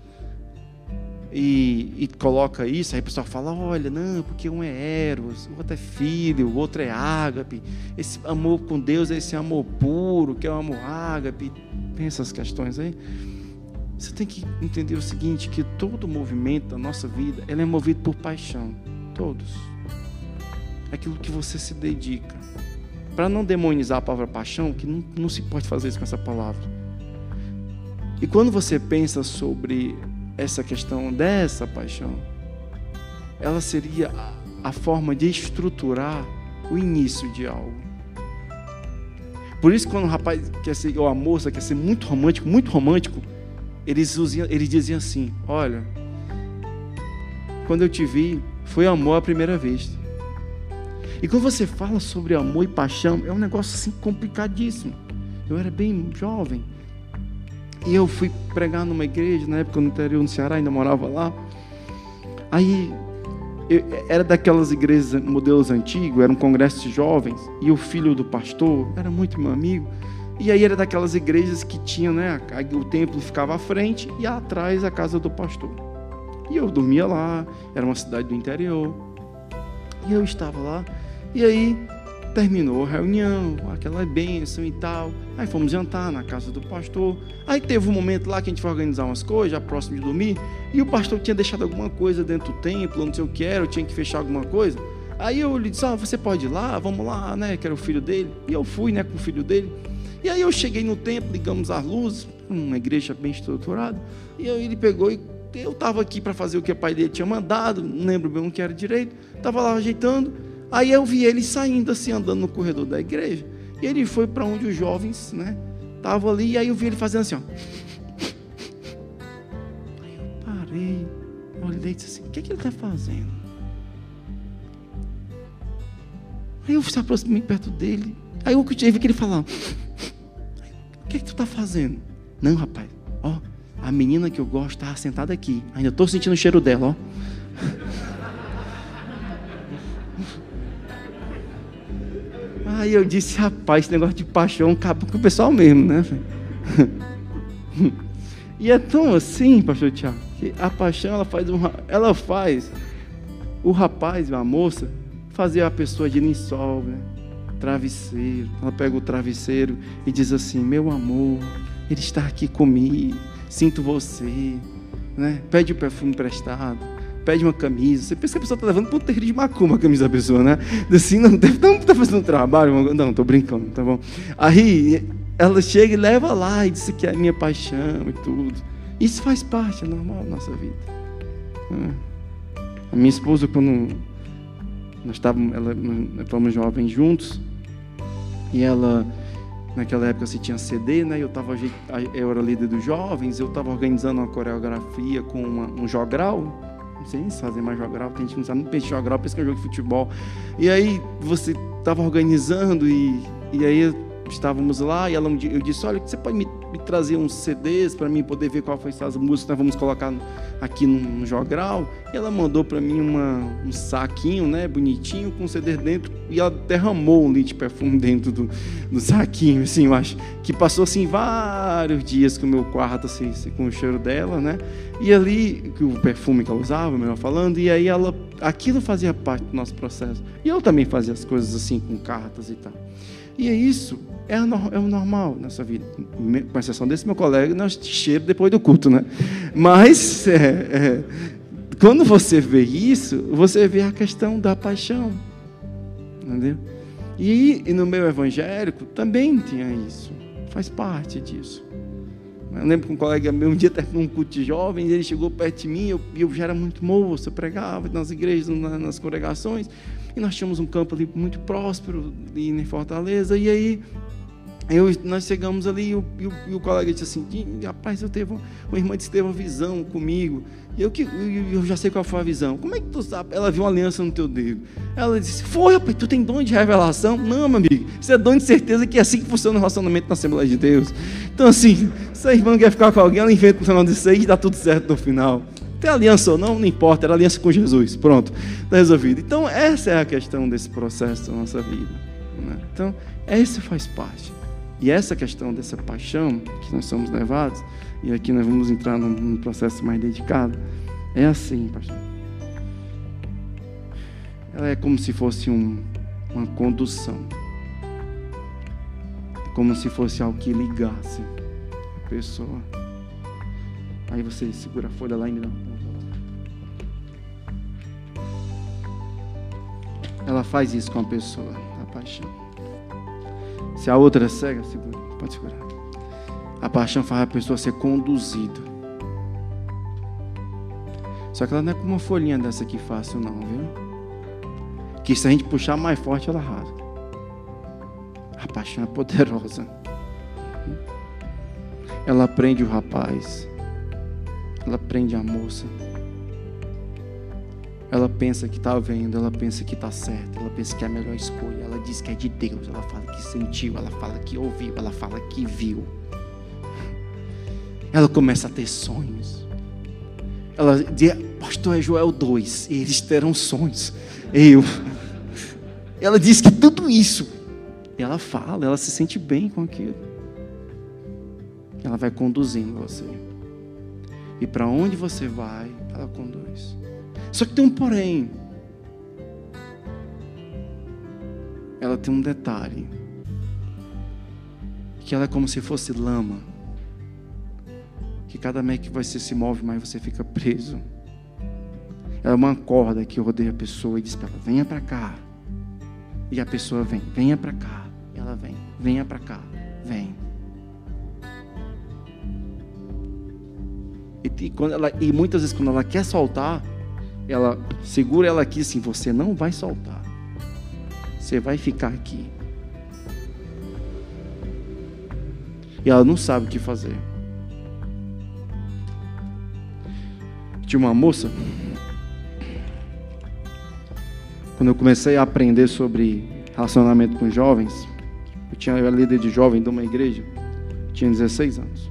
e, e coloca isso, aí o pessoal fala, olha, não, porque um é Eros, o outro é filho, o outro é ágape, esse amor com Deus é esse amor puro, que é o amor ágape. Tem essas questões aí. Você tem que entender o seguinte, que todo movimento da nossa vida, ele é movido por paixão. Todos. Aquilo que você se dedica. Para não demonizar a palavra paixão, que não, não se pode fazer isso com essa palavra. E quando você pensa sobre essa questão dessa paixão, ela seria a, a forma de estruturar o início de algo. Por isso, quando o rapaz quer ser, ou a moça quer ser muito romântico, muito romântico, eles, usiam, eles diziam assim, olha, quando eu te vi, foi amor à primeira vista. E quando você fala sobre amor e paixão, é um negócio assim complicadíssimo. Eu era bem jovem, e eu fui pregar numa igreja, na época no interior do Ceará, ainda morava lá. Aí, eu, era daquelas igrejas, modelos antigos, era um congresso de jovens, e o filho do pastor era muito meu amigo. E aí era daquelas igrejas que tinham, né, o templo ficava à frente e atrás a casa do pastor. E eu dormia lá, era uma cidade do interior. E eu estava lá, e aí terminou a reunião, aquela bênção e tal. Aí fomos jantar na casa do pastor. Aí teve um momento lá que a gente foi organizar umas coisas, já próximo de dormir, e o pastor tinha deixado alguma coisa dentro do templo, não sei o que era, eu tinha que fechar alguma coisa. Aí eu lhe disse, ah, você pode ir lá, vamos lá, né, que era o filho dele. E eu fui, né, com o filho dele. E aí eu cheguei no templo, ligamos as luzes, uma igreja bem estruturada, e aí ele pegou e eu estava aqui para fazer o que o pai dele tinha mandado, não lembro bem o que era direito, estava lá ajeitando, aí eu vi ele saindo assim, andando no corredor da igreja, e ele foi para onde os jovens, né, estavam ali, e aí eu vi ele fazendo assim, ó. Aí eu parei, olhei e disse assim, o que é que ele está fazendo? Aí eu se aproximei perto dele, aí eu vi que ele falava, o que é que tu está fazendo? Não, rapaz, ó, a menina que eu gosto estava sentada aqui, ainda estou sentindo o cheiro dela, ó. Aí eu disse, rapaz, esse negócio de paixão acaba com o pessoal mesmo, né? E é tão assim, pastor Tiago, que a paixão ela faz, um, ela faz o rapaz, a moça, fazer a pessoa de lençol, né? Travesseiro. Ela pega o travesseiro e diz assim, meu amor, ele está aqui comigo, sinto você, né? Pede o perfume emprestado, pede uma camisa. Você pensa que a pessoa está levando para um terreiro de macumba a camisa da pessoa, né? Assim, não está fazendo um trabalho, não, estou brincando, tá bom? Aí ela chega e leva lá e diz que é a minha paixão e tudo. Isso faz parte, é normal da nossa vida. A minha esposa, quando nós estávamos, ela, nós fomos jovens juntos, e ela, naquela época se tinha C D, né? Eu, tava, eu era líder dos jovens, eu estava organizando uma coreografia com uma, um jogral, não sei se fazem mais jogral, porque a gente não sabe nem pensar em jogral, pensa que é um jogo de futebol. E aí você estava organizando, e, e aí estávamos lá, e ela, eu disse, olha, você pode me, me trazer uns C Ds para mim poder ver qual foi as músicas que nós vamos colocar aqui no, no jogral. E ela mandou para mim uma, um saquinho, né, bonitinho, com C D dentro, e ela derramou um litro de perfume dentro do, do saquinho, assim, eu acho, que passou, assim, vários dias com o meu quarto, assim, assim, com o cheiro dela, né, e ali, o perfume que ela usava, melhor falando, e aí ela, aquilo fazia parte do nosso processo, e eu também fazia as coisas assim, com cartas e tal. E é isso, é o normal nessa vida, com exceção desse meu colega, nós cheiro depois do culto, né? Mas, é, é, quando você vê isso, você vê a questão da paixão, entendeu? E, e no meu evangélico também tinha isso, faz parte disso. Eu lembro que um colega meu, um dia terminou um culto de jovens, ele chegou perto de mim, e eu, eu já era muito moço, eu pregava nas igrejas, nas, nas congregações, e nós tínhamos um campo ali muito próspero, ali em Fortaleza, e aí eu, nós chegamos ali, e o, e o, e o colega disse assim, rapaz, eu teve uma, uma irmã disse que teve uma visão comigo, e eu, eu, eu já sei qual foi a visão. Como é que tu sabe? Ela viu uma aliança no teu dedo. Ela disse, foi, rapaz, tu tem dom de revelação? Não, meu amigo, isso é dom de certeza, que é assim que funciona o relacionamento na Assembleia de Deus. Então assim, se a irmã quer ficar com alguém, ela inventa no final disso aí e dá tudo certo no final. Tem aliança ou não, não importa, era aliança com Jesus, pronto, está resolvido. Então essa é a questão desse processo da nossa vida, né? Então, esse faz parte. E essa questão dessa paixão que nós somos levados, e aqui nós vamos entrar num, num processo mais dedicado, é assim, pastor. Ela é como se fosse um, uma condução. É como se fosse algo que ligasse a pessoa. Aí você segura a folha lá e me dá uma Ela faz isso com a pessoa, a paixão. Se a outra é cega, segura, pode segurar. A paixão faz a pessoa ser conduzida. Só que ela não é como uma folhinha dessa aqui fácil não, viu? Que se a gente puxar mais forte, ela rasga. A paixão é poderosa. Ela prende o rapaz. Ela prende a moça. Ela pensa que está vendo, ela pensa que está certa, ela pensa que é a melhor escolha, ela diz que é de Deus, ela fala que sentiu, ela fala que ouviu, ela fala que viu. Ela começa a ter sonhos. Ela diz, pastor, é Joel dois, e eles terão sonhos. Eu. Ela diz que tudo isso, ela fala, ela se sente bem com aquilo. Ela vai conduzindo você. E para onde você vai, ela conduz. Só que tem um porém. Ela tem um detalhe. Que ela é como se fosse lama. Que cada vez que você se move mais, você fica preso. Ela é uma corda que rodeia a pessoa e diz para ela, venha para cá. E a pessoa vem, venha para cá. E ela vem, venha para cá, vem. E, e, quando ela, e muitas vezes quando ela quer soltar, ela segura ela aqui assim, você não vai soltar. Você vai ficar aqui. E ela não sabe o que fazer. Tinha uma moça, quando eu comecei a aprender sobre relacionamento com jovens, eu, tinha, eu era líder de jovem de uma igreja, tinha dezesseis anos.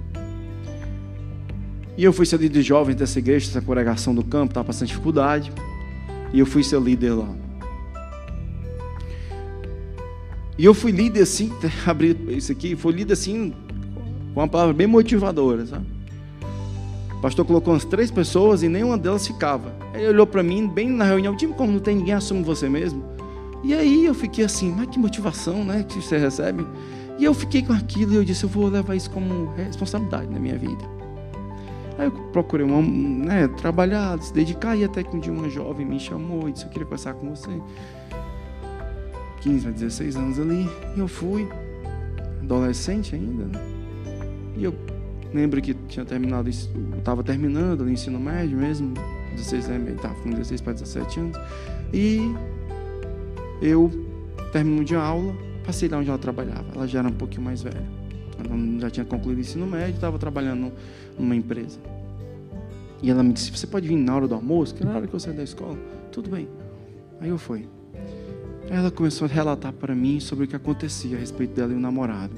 E eu fui ser líder de jovens dessa igreja, dessa congregação do campo, estava passando dificuldade. E eu fui ser líder lá. E eu fui líder assim, abri isso aqui, fui líder assim, com uma palavra bem motivadora, sabe? O pastor colocou umas três pessoas e nenhuma delas ficava. Aí ele olhou para mim, bem na reunião, tipo, como não tem ninguém, assume você mesmo. E aí eu fiquei assim, mas que motivação, né, que você recebe. E eu fiquei com aquilo e eu disse, eu vou levar isso como responsabilidade na minha vida. Aí eu procurei uma, né, trabalhar, se dedicar, e até que um dia uma jovem me chamou e disse, eu queria conversar com você. quinze a dezesseis anos ali, e eu fui, adolescente ainda, né? E eu lembro que tinha terminado, estava terminando o ensino médio mesmo, dezesseis anos, estava com dezesseis para dezessete anos, e eu terminei de aula, passei lá onde ela trabalhava, ela já era um pouquinho mais velha. Ela já tinha concluído o ensino médio, estava trabalhando numa empresa. E ela me disse, você pode vir na hora do almoço? Que era a hora que eu saí da escola. Tudo bem. Aí eu fui. Aí ela começou a relatar para mim sobre o que acontecia a respeito dela e o namorado.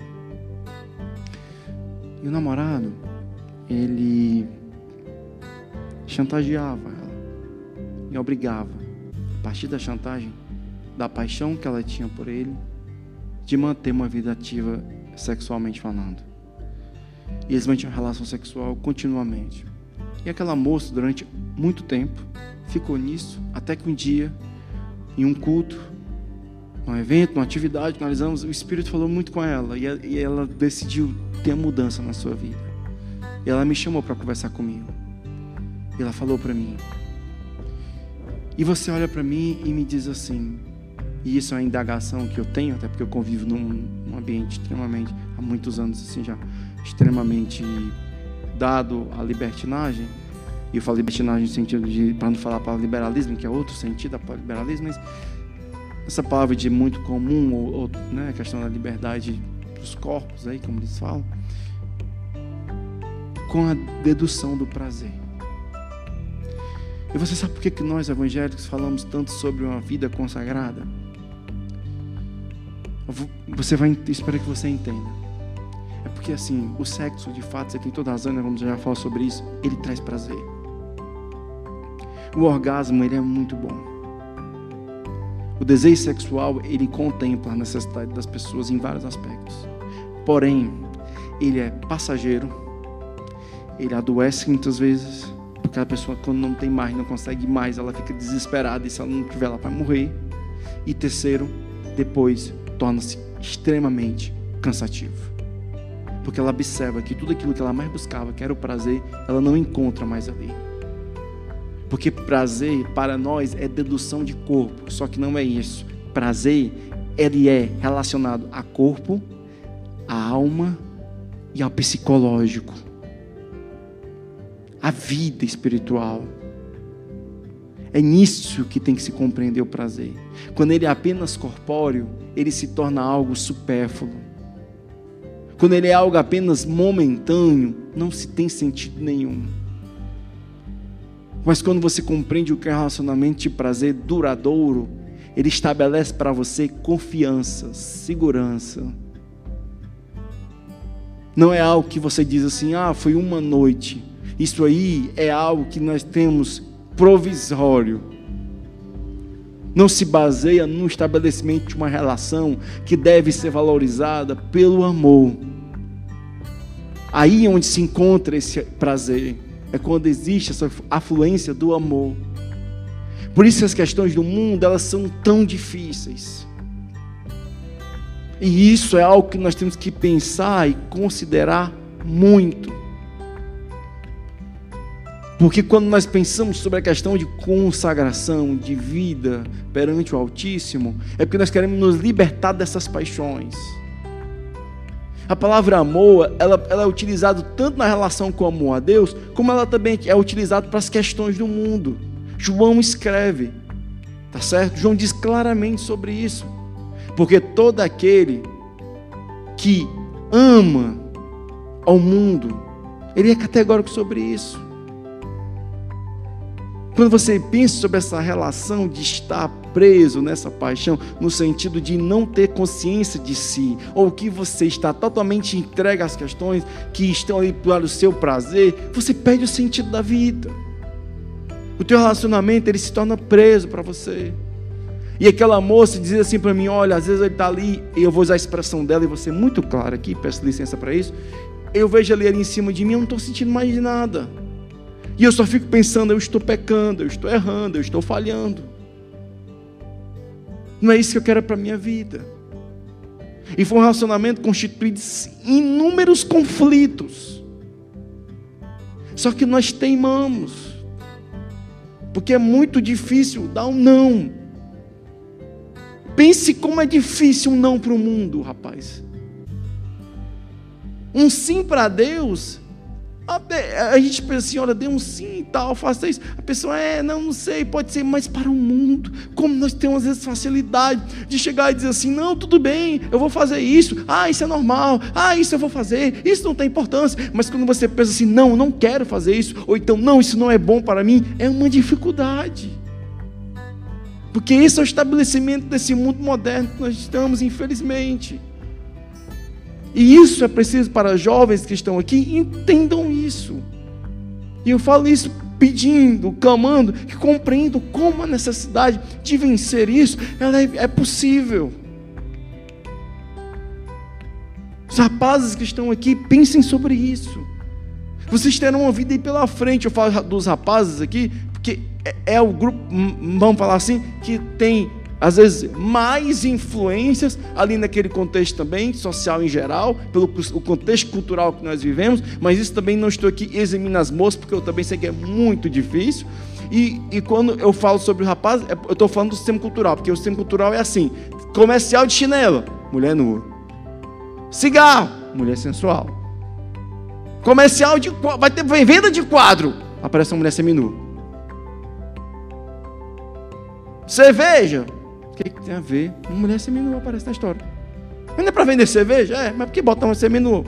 E o namorado, ele chantageava ela e obrigava, a partir da chantagem, da paixão que ela tinha por ele, de manter uma vida ativa sexualmente falando. E eles mantinham relação sexual continuamente. E aquela moça, durante muito tempo, ficou nisso, até que um dia, em um culto, num evento, numa atividade que nós realizamos, o Espírito falou muito com ela, e ela decidiu ter mudança na sua vida. E ela me chamou para conversar comigo. E ela falou para mim, e você olha para mim e me diz assim, e isso é uma indagação que eu tenho, até porque eu convivo num, num ambiente extremamente, há muitos anos assim já, extremamente dado à libertinagem, e eu falo libertinagem no sentido de, para não falar para liberalismo, que é outro sentido para liberalismo, mas essa palavra de muito comum, ou, ou né, a questão da liberdade dos corpos, aí, como eles falam, com a dedução do prazer. E você sabe por que, que nós evangélicos falamos tanto sobre uma vida consagrada? Você vai, espero que você entenda. É porque assim, o sexo, de fato, você tem toda a razão, né? Vamos já falar sobre isso, ele traz prazer. O orgasmo, ele é muito bom. O desejo sexual, ele contempla a necessidade das pessoas em vários aspectos. Porém, ele é passageiro, ele adoece muitas vezes, porque a pessoa, quando não tem mais, não consegue mais, ela fica desesperada, e se ela não tiver, ela vai morrer. E terceiro, depois, torna-se extremamente cansativo. Porque ela observa que tudo aquilo que ela mais buscava, que era o prazer, ela não encontra mais ali. Porque prazer, para nós, é dedução de corpo. Só que não é isso. Prazer, ele é relacionado a corpo, à alma e ao psicológico. A vida espiritual. É nisso que tem que se compreender o prazer. Quando ele é apenas corpóreo, ele se torna algo supérfluo. Quando ele é algo apenas momentâneo, não se tem sentido nenhum. Mas quando você compreende o que é relacionamento de prazer duradouro, ele estabelece para você confiança, segurança. Não é algo que você diz assim, ah, foi uma noite. Isso aí é algo que nós temos provisório. Não se baseia no estabelecimento de uma relação que deve ser valorizada pelo amor. Aí onde se encontra esse prazer, é quando existe essa afluência do amor. Por isso as questões do mundo, elas são tão difíceis. E isso é algo que nós temos que pensar e considerar muito. Porque quando nós pensamos sobre a questão de consagração, de vida perante o Altíssimo, é porque nós queremos nos libertar dessas paixões. A palavra amor, ela, ela é utilizada tanto na relação com o amor a Deus, como ela também é utilizada para as questões do mundo. João escreve, tá certo? João diz claramente sobre isso. Porque todo aquele que ama ao mundo, ele é categórico sobre isso. Quando você pensa sobre essa relação de estar preso nessa paixão, no sentido de não ter consciência de si, ou que você está totalmente entregue às questões que estão ali para o seu prazer, você perde o sentido da vida. O teu relacionamento, ele se torna preso para você. E aquela moça dizia assim para mim, olha, às vezes ele está ali, e eu vou usar a expressão dela, e vou ser muito claro aqui, peço licença para isso, eu vejo ele ali em cima de mim, eu não estou sentindo mais nada. E eu só fico pensando, eu estou pecando, eu estou errando, eu estou falhando. Não é isso que eu quero para a minha vida. E foi um relacionamento constituído de inúmeros conflitos. Só que nós teimamos. Porque é muito difícil dar um não. Pense como é difícil um não para o mundo, rapaz. Um sim para Deus... A gente pensa assim, olha, dê um sim e tal, faça isso. A pessoa, é, não, não sei, pode ser, mas para o mundo, como nós temos às vezes facilidade de chegar e dizer assim, não, tudo bem, eu vou fazer isso, ah, isso é normal, ah, isso eu vou fazer, isso não tem importância. Mas quando você pensa assim, não, eu não quero fazer isso, ou então, não, isso não é bom para mim, é uma dificuldade. Porque esse é o estabelecimento desse mundo moderno que nós estamos, infelizmente. E isso é preciso para jovens que estão aqui, entendam isso. E eu falo isso pedindo, clamando, que compreendam como a necessidade de vencer isso, ela é, é possível. Os rapazes que estão aqui, pensem sobre isso. Vocês terão uma vida aí pela frente. Eu falo dos rapazes aqui, porque é, é o grupo, vamos falar assim, que tem... às vezes, mais influências ali naquele contexto também, social em geral, pelo o contexto cultural que nós vivemos, mas isso também não estou aqui eximindo as moças, porque eu também sei que é muito difícil, e, e quando eu falo sobre o rapaz, eu estou falando do sistema cultural, porque o sistema cultural é assim, comercial de chinelo, mulher nua, cigarro, mulher sensual, Comercial de vai ter venda de quadro. Aparece uma mulher seminua. Cerveja. O que, que tem a ver? Uma mulher seminua aparece na história. Não é para vender cerveja? É, mas por que botar uma seminua?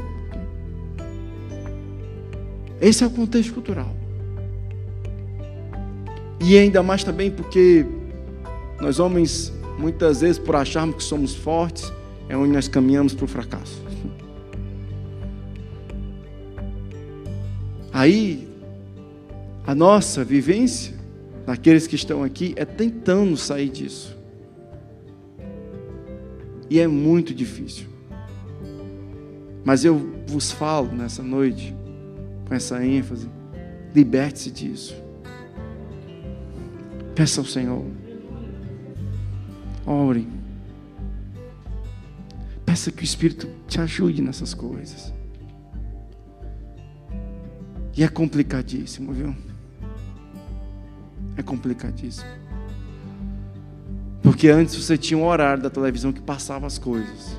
Esse é o contexto cultural. E ainda mais também porque nós homens, muitas vezes, por acharmos que somos fortes, é onde nós caminhamos para o fracasso. Aí, a nossa vivência, daqueles que estão aqui, é tentando sair disso. E é muito difícil. Mas eu vos falo nessa noite, com essa ênfase, liberte-se disso. Peça ao Senhor. Ore. Peça que o Espírito te ajude nessas coisas. E é complicadíssimo, viu? É complicadíssimo. Porque antes você tinha um horário da televisão que passava as coisas.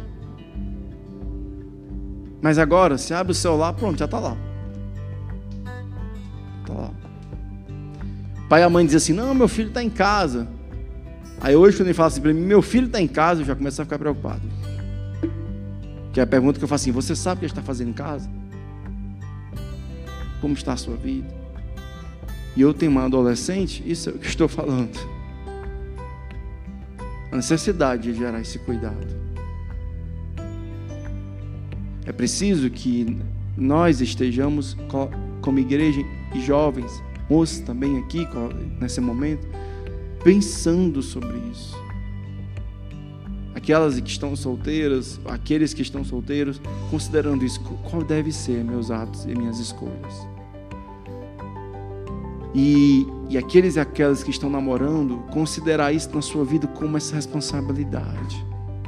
Mas agora, você abre o celular, pronto, já está lá. Está lá. O pai e a mãe dizem assim, não, meu filho está em casa. Aí hoje, quando ele fala assim para mim, meu filho está em casa, eu já começo a ficar preocupado. Que é a pergunta que eu faço assim, você sabe o que ele está fazendo em casa? Como está a sua vida? E eu tenho uma adolescente, isso é o que estou falando. A necessidade de gerar esse cuidado. É preciso que nós estejamos como igreja e jovens, moços também aqui, nesse momento, pensando sobre isso. Aquelas que estão solteiras, aqueles que estão solteiros, considerando isso, qual deve ser meus atos e minhas escolhas. E, e aqueles e aquelas que estão namorando, considerar isso na sua vida como essa responsabilidade.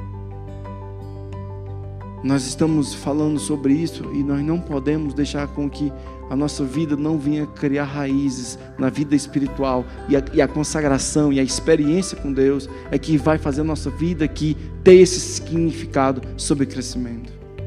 Nós estamos falando sobre isso e nós não podemos deixar com que a nossa vida não venha criar raízes na vida espiritual. E a, e a consagração e a experiência com Deus é que vai fazer a nossa vida aqui ter esse significado sobre crescimento.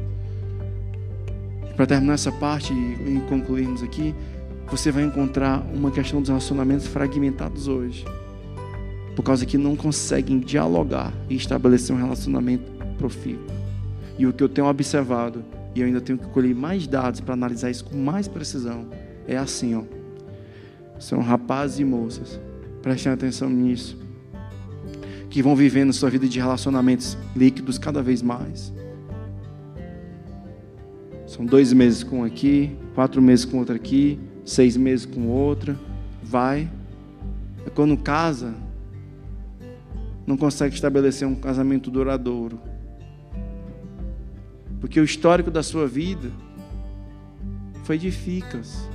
Para terminar essa parte e, e concluirmos aqui, você vai encontrar uma questão dos relacionamentos fragmentados hoje, por causa que não conseguem dialogar e estabelecer um relacionamento profícuo. E o que eu tenho observado, e eu ainda tenho que colher mais dados para analisar isso com mais precisão, é assim, ó. São rapazes e moças, prestem atenção nisso, que vão vivendo sua vida de relacionamentos líquidos cada vez mais. São dois meses com um aqui, quatro meses com outro aqui, seis meses com outra, vai. É quando casa, não consegue estabelecer um casamento duradouro. Porque o histórico da sua vida foi de ficas.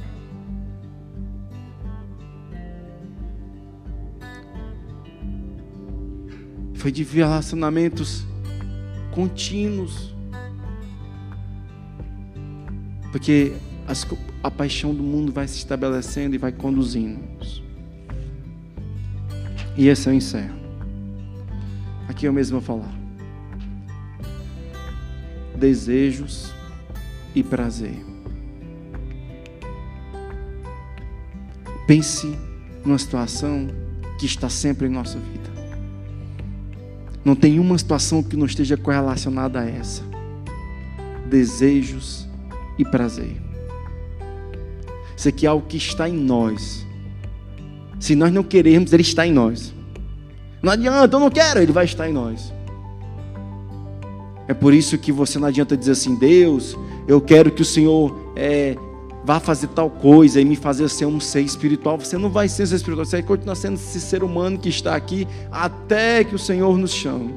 Foi de relacionamentos contínuos. Porque as, a paixão do mundo vai se estabelecendo e vai conduzindo-nos. E esse eu encerro. Aqui eu mesmo vou falar. Desejos e prazer. Pense numa situação que está sempre em nossa vida. Não tem uma situação que não esteja correlacionada a essa. Desejos e prazer. Isso aqui é algo que está em nós. Se nós não queremos, ele está em nós. Não adianta, eu não quero, ele vai estar em nós. É por isso que você não adianta dizer assim, Deus, eu quero que o Senhor é, vá fazer tal coisa e me fazer ser um ser espiritual. Você não vai ser um ser espiritual, você vai continuar sendo esse ser humano que está aqui até que o Senhor nos chame.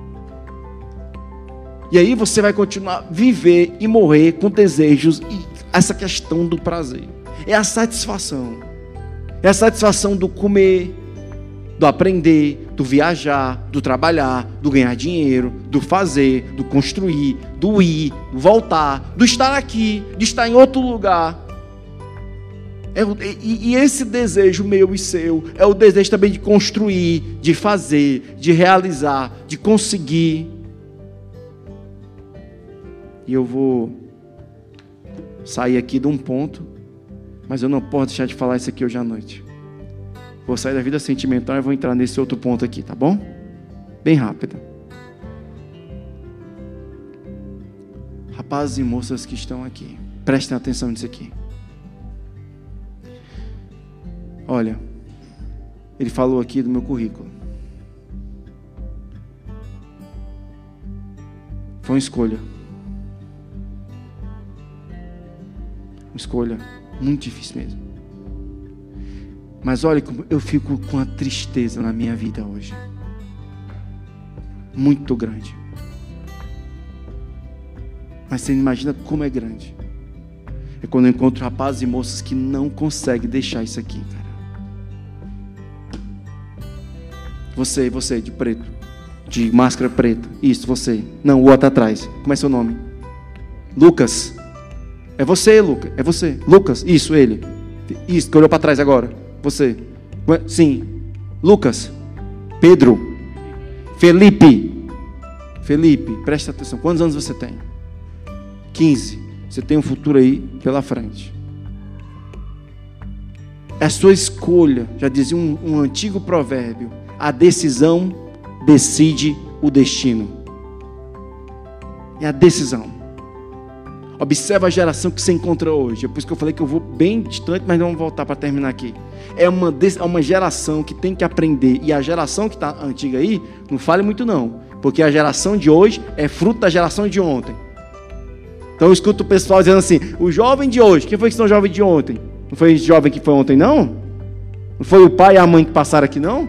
E aí você vai continuar a viver e morrer com desejos e essa questão do prazer. É a satisfação. É a satisfação do comer, do aprender, do viajar, do trabalhar, do ganhar dinheiro, do fazer, do construir, do ir, do voltar, do estar aqui, de estar em outro lugar. É, e, e esse desejo meu e seu é o desejo também de construir, de fazer, de realizar, de conseguir. E eu vou sair aqui de um ponto, mas eu não posso deixar de falar isso aqui hoje à noite. Vou sair da vida sentimental e vou entrar nesse outro ponto aqui, tá bom? Bem rápido. Rapazes e moças que estão aqui, prestem atenção nisso aqui. Olha, ele falou aqui do meu currículo. Foi uma escolha. Uma escolha muito difícil mesmo. Mas olha como eu fico com a tristeza na minha vida hoje. Muito grande. Mas você imagina como é grande. É quando eu encontro rapazes e moças que não conseguem deixar isso aqui, cara. Você, você, de preto. De máscara preta. Isso, você. Não, o outro atrás. Como é seu nome? Lucas. É você, Lucas. É você. Lucas. Isso, ele. Isso, que olhou para trás agora. Você. Sim. Lucas. Pedro. Felipe. Felipe, preste atenção. Quantos anos você tem? quinze. Você tem um futuro aí pela frente. É a sua escolha. Já dizia um, um antigo provérbio. A decisão decide o destino. É a decisão. Observa a geração que você encontra hoje. É por isso que eu falei que eu vou bem distante, mas não vamos voltar para terminar aqui. É uma, é uma geração que tem que aprender. E a geração que está antiga aí, não fale muito não. Porque a geração de hoje é fruto da geração de ontem. Então eu escuto o pessoal dizendo assim, o jovem de hoje, quem foi que são jovem de ontem? Não foi esse jovem que foi ontem não? Não foi o pai e a mãe que passaram aqui não?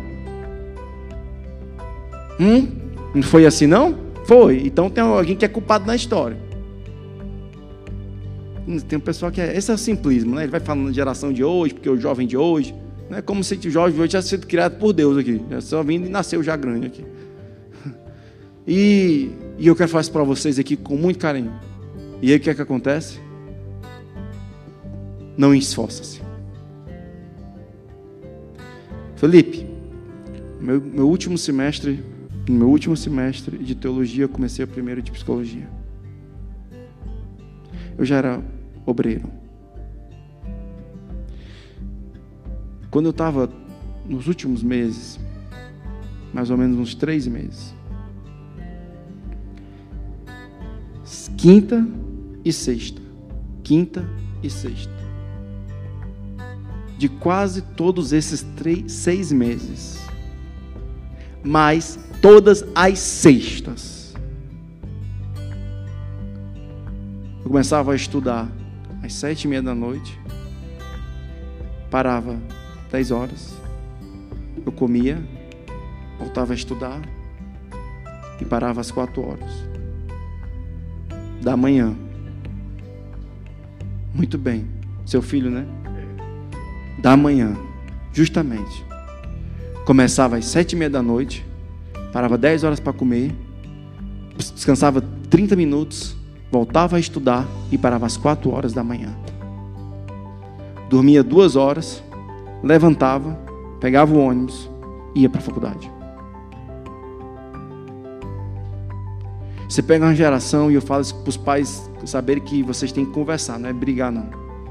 Hum? Não foi assim não? Foi. Então tem alguém que é culpado na história. Tem um pessoal que é... Esse é o simplismo, né? Ele vai falando da geração de hoje, porque o jovem de hoje... Não é como se o jovem de hoje tivesse sido criado por Deus aqui. Já só vindo e nasceu já grande aqui. E, e eu quero falar isso para vocês aqui com muito carinho. E aí o que é que acontece? Não esforça-se. Felipe, meu, meu último semestre, no meu último semestre de teologia, eu comecei o primeiro de psicologia. Eu já era obreiro. Quando eu estava nos últimos meses, mais ou menos uns três meses, quinta e sexta, quinta e sexta, de quase todos esses três, seis meses, mais todas as sextas, eu começava a estudar às sete e meia da noite, parava dez horas, eu comia, voltava a estudar e parava às quatro horas da manhã. Muito bem, seu filho, né? Da manhã, justamente. Começava às sete e meia da noite, parava dez horas para comer, descansava trinta minutos, voltava a estudar e parava às quatro horas da manhã. Dormia duas horas, levantava, pegava o ônibus e ia para a faculdade. Você pega uma geração, e eu falo isso para os pais saberem que vocês têm que conversar, não é brigar não.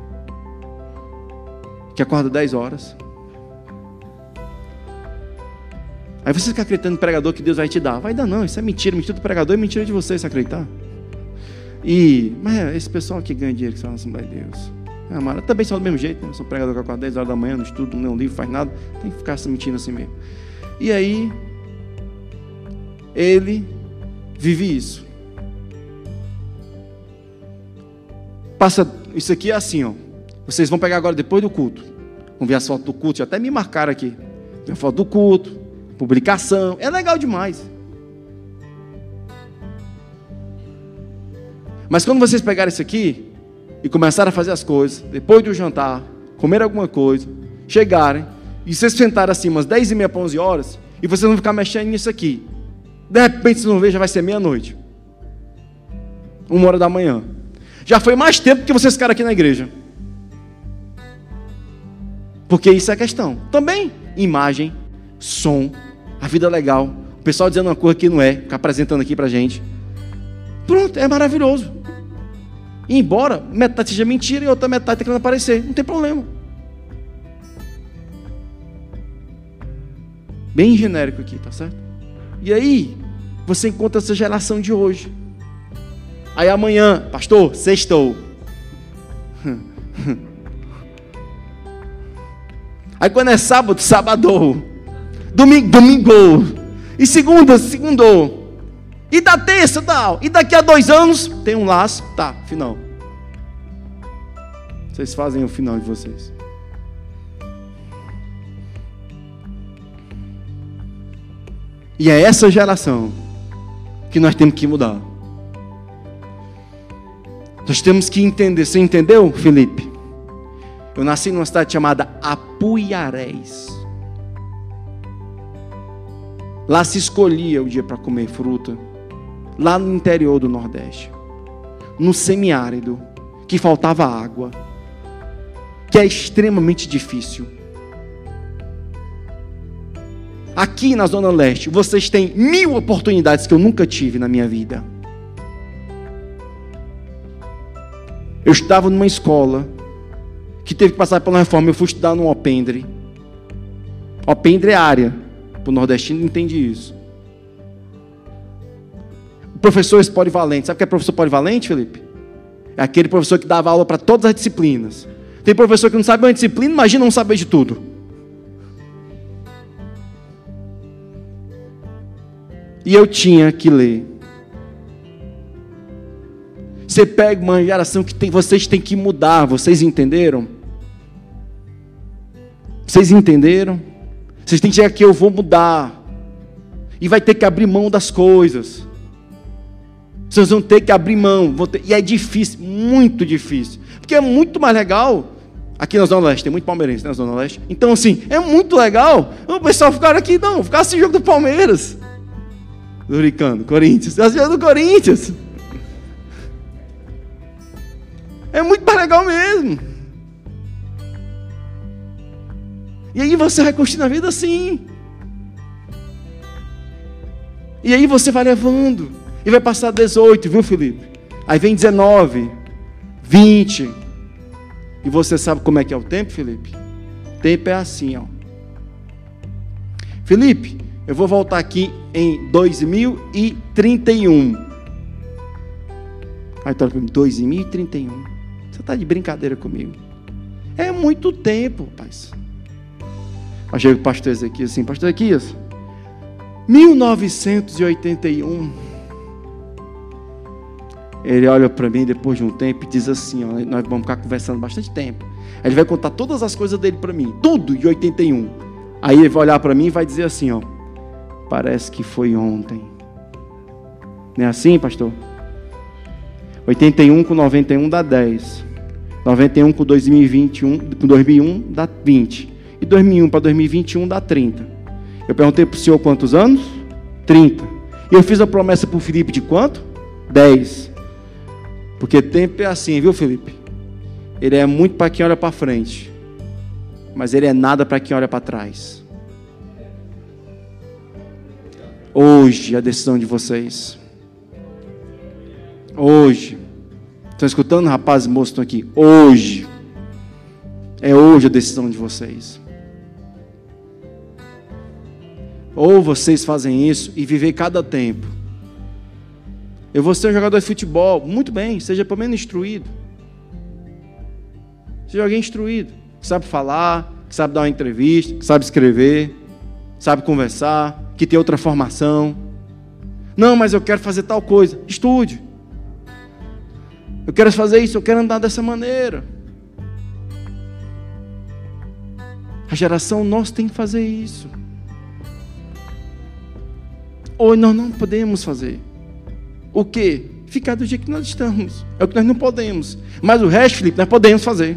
Que acorda dez horas. Aí você fica acreditando no pregador que Deus vai te dar. Vai dar não, isso é mentira. Mentira do pregador é mentira de você, se acreditar. E, mas esse pessoal que ganha dinheiro, que são na Assembleia de Deus, é, mano, também são do mesmo jeito, né? Eu sou pregador que acorda dez horas da manhã, não estudo, não lê um livro, faz nada. Tem que ficar se mentindo assim mesmo. E aí, ele vive isso. Passa, isso aqui é assim, ó. Vocês vão pegar agora depois do culto. Vão ver as fotos do culto, já até me marcaram aqui. Tem a foto do culto, publicação, é legal demais. Mas quando vocês pegarem isso aqui e começarem a fazer as coisas, depois do jantar, comer alguma coisa, chegarem, e vocês sentarem assim umas dez e meia para onze horas, e vocês vão ficar mexendo nisso aqui. De repente, vocês vão ver, já vai ser meia-noite. Uma hora da manhã. Já foi mais tempo que vocês ficaram aqui na igreja. Porque isso é a questão. Também, imagem, som, a vida legal. O pessoal dizendo uma coisa que não é, ficar apresentando aqui pra gente. Pronto, é maravilhoso. ir embora, metade seja mentira e outra metade está querendo aparecer. Não tem problema. Bem genérico aqui, tá certo? E aí, você encontra essa geração de hoje. Aí amanhã, pastor, sextou. Aí quando é sábado, sábado. Domingo, domingo. E segunda, segundou. E da terça, tal. E daqui a dois anos, tem um laço. Tá, final. Vocês fazem o final de vocês. E é essa geração que nós temos que mudar. Nós temos que entender. Você entendeu, Felipe? Eu nasci numa cidade chamada Apuiarés. Lá se escolhia o dia para comer fruta. Lá no interior do Nordeste. No semiárido. Que faltava água. Que é extremamente difícil. Aqui na Zona Leste, vocês têm mil oportunidades que eu nunca tive na minha vida. Eu estava numa escola que teve que passar pela reforma. Eu fui estudar no Alpendre. Alpendre é área. Para o nordestino entende isso. O professor polivalente. Sabe o que é professor polivalente, Felipe? É aquele professor que dava aula para todas as disciplinas. Tem professor que não sabe uma disciplina, imagina não saber de tudo. E eu tinha que ler. Você pega uma geração que tem, vocês têm que mudar. Vocês entenderam? Vocês entenderam? Vocês têm que chegar aqui, eu vou mudar. E vai ter que abrir mão das coisas. Vocês vão ter que abrir mão. Vão ter, e é difícil, muito difícil. Porque é muito mais legal. Aqui na Zona Leste, tem muito palmeirense, né, na Zona Leste. Então assim, é muito legal. O pessoal ficar aqui, não, ficar assim, jogo do Palmeiras. Tô brincando, Corinthians. Você assistiu do Corinthians? É muito mais legal mesmo. E aí você vai curtindo a vida assim. E aí você vai levando. E vai passar dezoito, viu, Felipe? Aí vem dezenove, vinte. E você sabe como é que é o tempo, Felipe? O tempo é assim, ó. Felipe, eu vou voltar aqui em dois mil e trinta e um. Aí tu olha para mim, dois mil e trinta e um. Você está de brincadeira comigo? É muito tempo, rapaz. Aí chega o pastor Ezequias assim, pastor Ezequias, mil novecentos e oitenta e um. Ele olha para mim depois de um tempo e diz assim, ó, nós vamos ficar conversando bastante tempo. Aí ele vai contar todas as coisas dele para mim, tudo de oitenta e um. Aí ele vai olhar para mim e vai dizer assim, ó, parece que foi ontem. Não é assim, pastor? oitenta e um com noventa e um dá dez. noventa e um com dois mil e vinte e um, com dois mil e um dá vinte. E dois mil e um para dois mil e vinte e um dá trinta. Eu perguntei para o senhor quantos anos? trinta. E eu fiz a promessa para o Felipe de quanto? dez. Porque tempo é assim, viu, Felipe? Ele é muito para quem olha para frente, mas ele é nada para quem olha para trás. Hoje a decisão de vocês. Hoje. Estão escutando, rapazes e moços estão aqui? Hoje. É hoje a decisão de vocês. Ou vocês fazem isso e viver cada tempo. Eu vou ser um jogador de futebol, muito bem, seja pelo menos instruído. Seja alguém instruído, que sabe falar, que sabe dar uma entrevista, que sabe escrever, sabe conversar, que tem outra formação. Não, mas eu quero fazer tal coisa. Estude. Eu quero fazer isso, eu quero andar dessa maneira. A geração nossa tem que fazer isso. Ou nós não podemos fazer. O quê? Ficar do jeito que nós estamos. É o que nós não podemos. Mas o resto, Felipe, nós podemos fazer.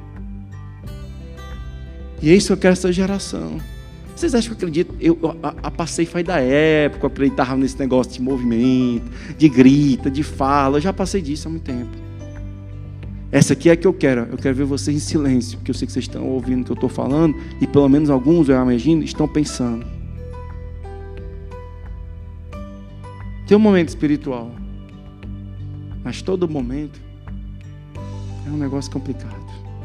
E é isso que eu quero essa geração. Vocês acham que eu acredito? Eu, eu a, a passei faz da época, eu acreditava nesse negócio de movimento, de grita, de fala. Eu já passei disso há muito tempo. Essa aqui é a que eu quero. Eu quero ver vocês em silêncio, porque eu sei que vocês estão ouvindo o que eu estou falando, e pelo menos alguns, eu imagino, estão pensando. Tem um momento espiritual, mas todo momento É um negócio complicado.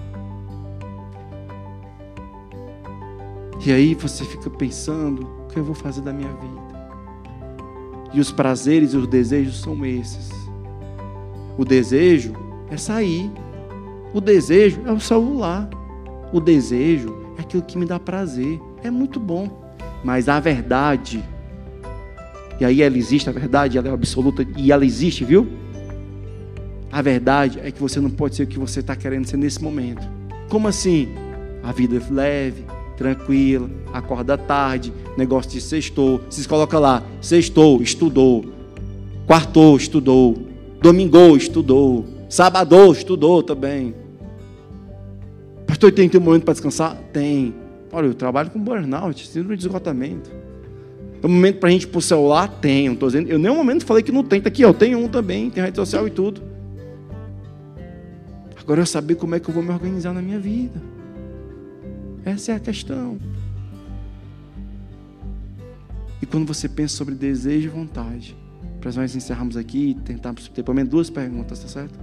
E aí você fica pensando, o que eu vou fazer da minha vida? E os prazeres e os desejos são esses. O desejo é sair. O desejo é o celular. O desejo é aquilo que me dá prazer. É muito bom. Mas a verdade, e aí ela existe, a verdade ela é absoluta e ela existe, viu? A verdade é que você não pode ser o que você está querendo ser nesse momento. Como assim? A vida é leve, tranquila, acorda tarde, negócio de sextou, vocês colocam lá, sextou, estudou, quartou, estudou, domingou, estudou, sabadou, estudou também. Pastor, tem que ter um momento para descansar? Tem. Olha, eu trabalho com burnout, síndrome de esgotamento. É um momento para a gente ir para o celular? Tem, não tô dizendo, eu nem um momento falei que não tem, tá aqui, ó, eu tenho um também, tem rede social e tudo. Agora eu saber como é que eu vou me organizar na minha vida. Essa é a questão. E quando você pensa sobre desejo e vontade, para nós encerrarmos aqui e tentarmos ter pelo menos duas perguntas, tá certo?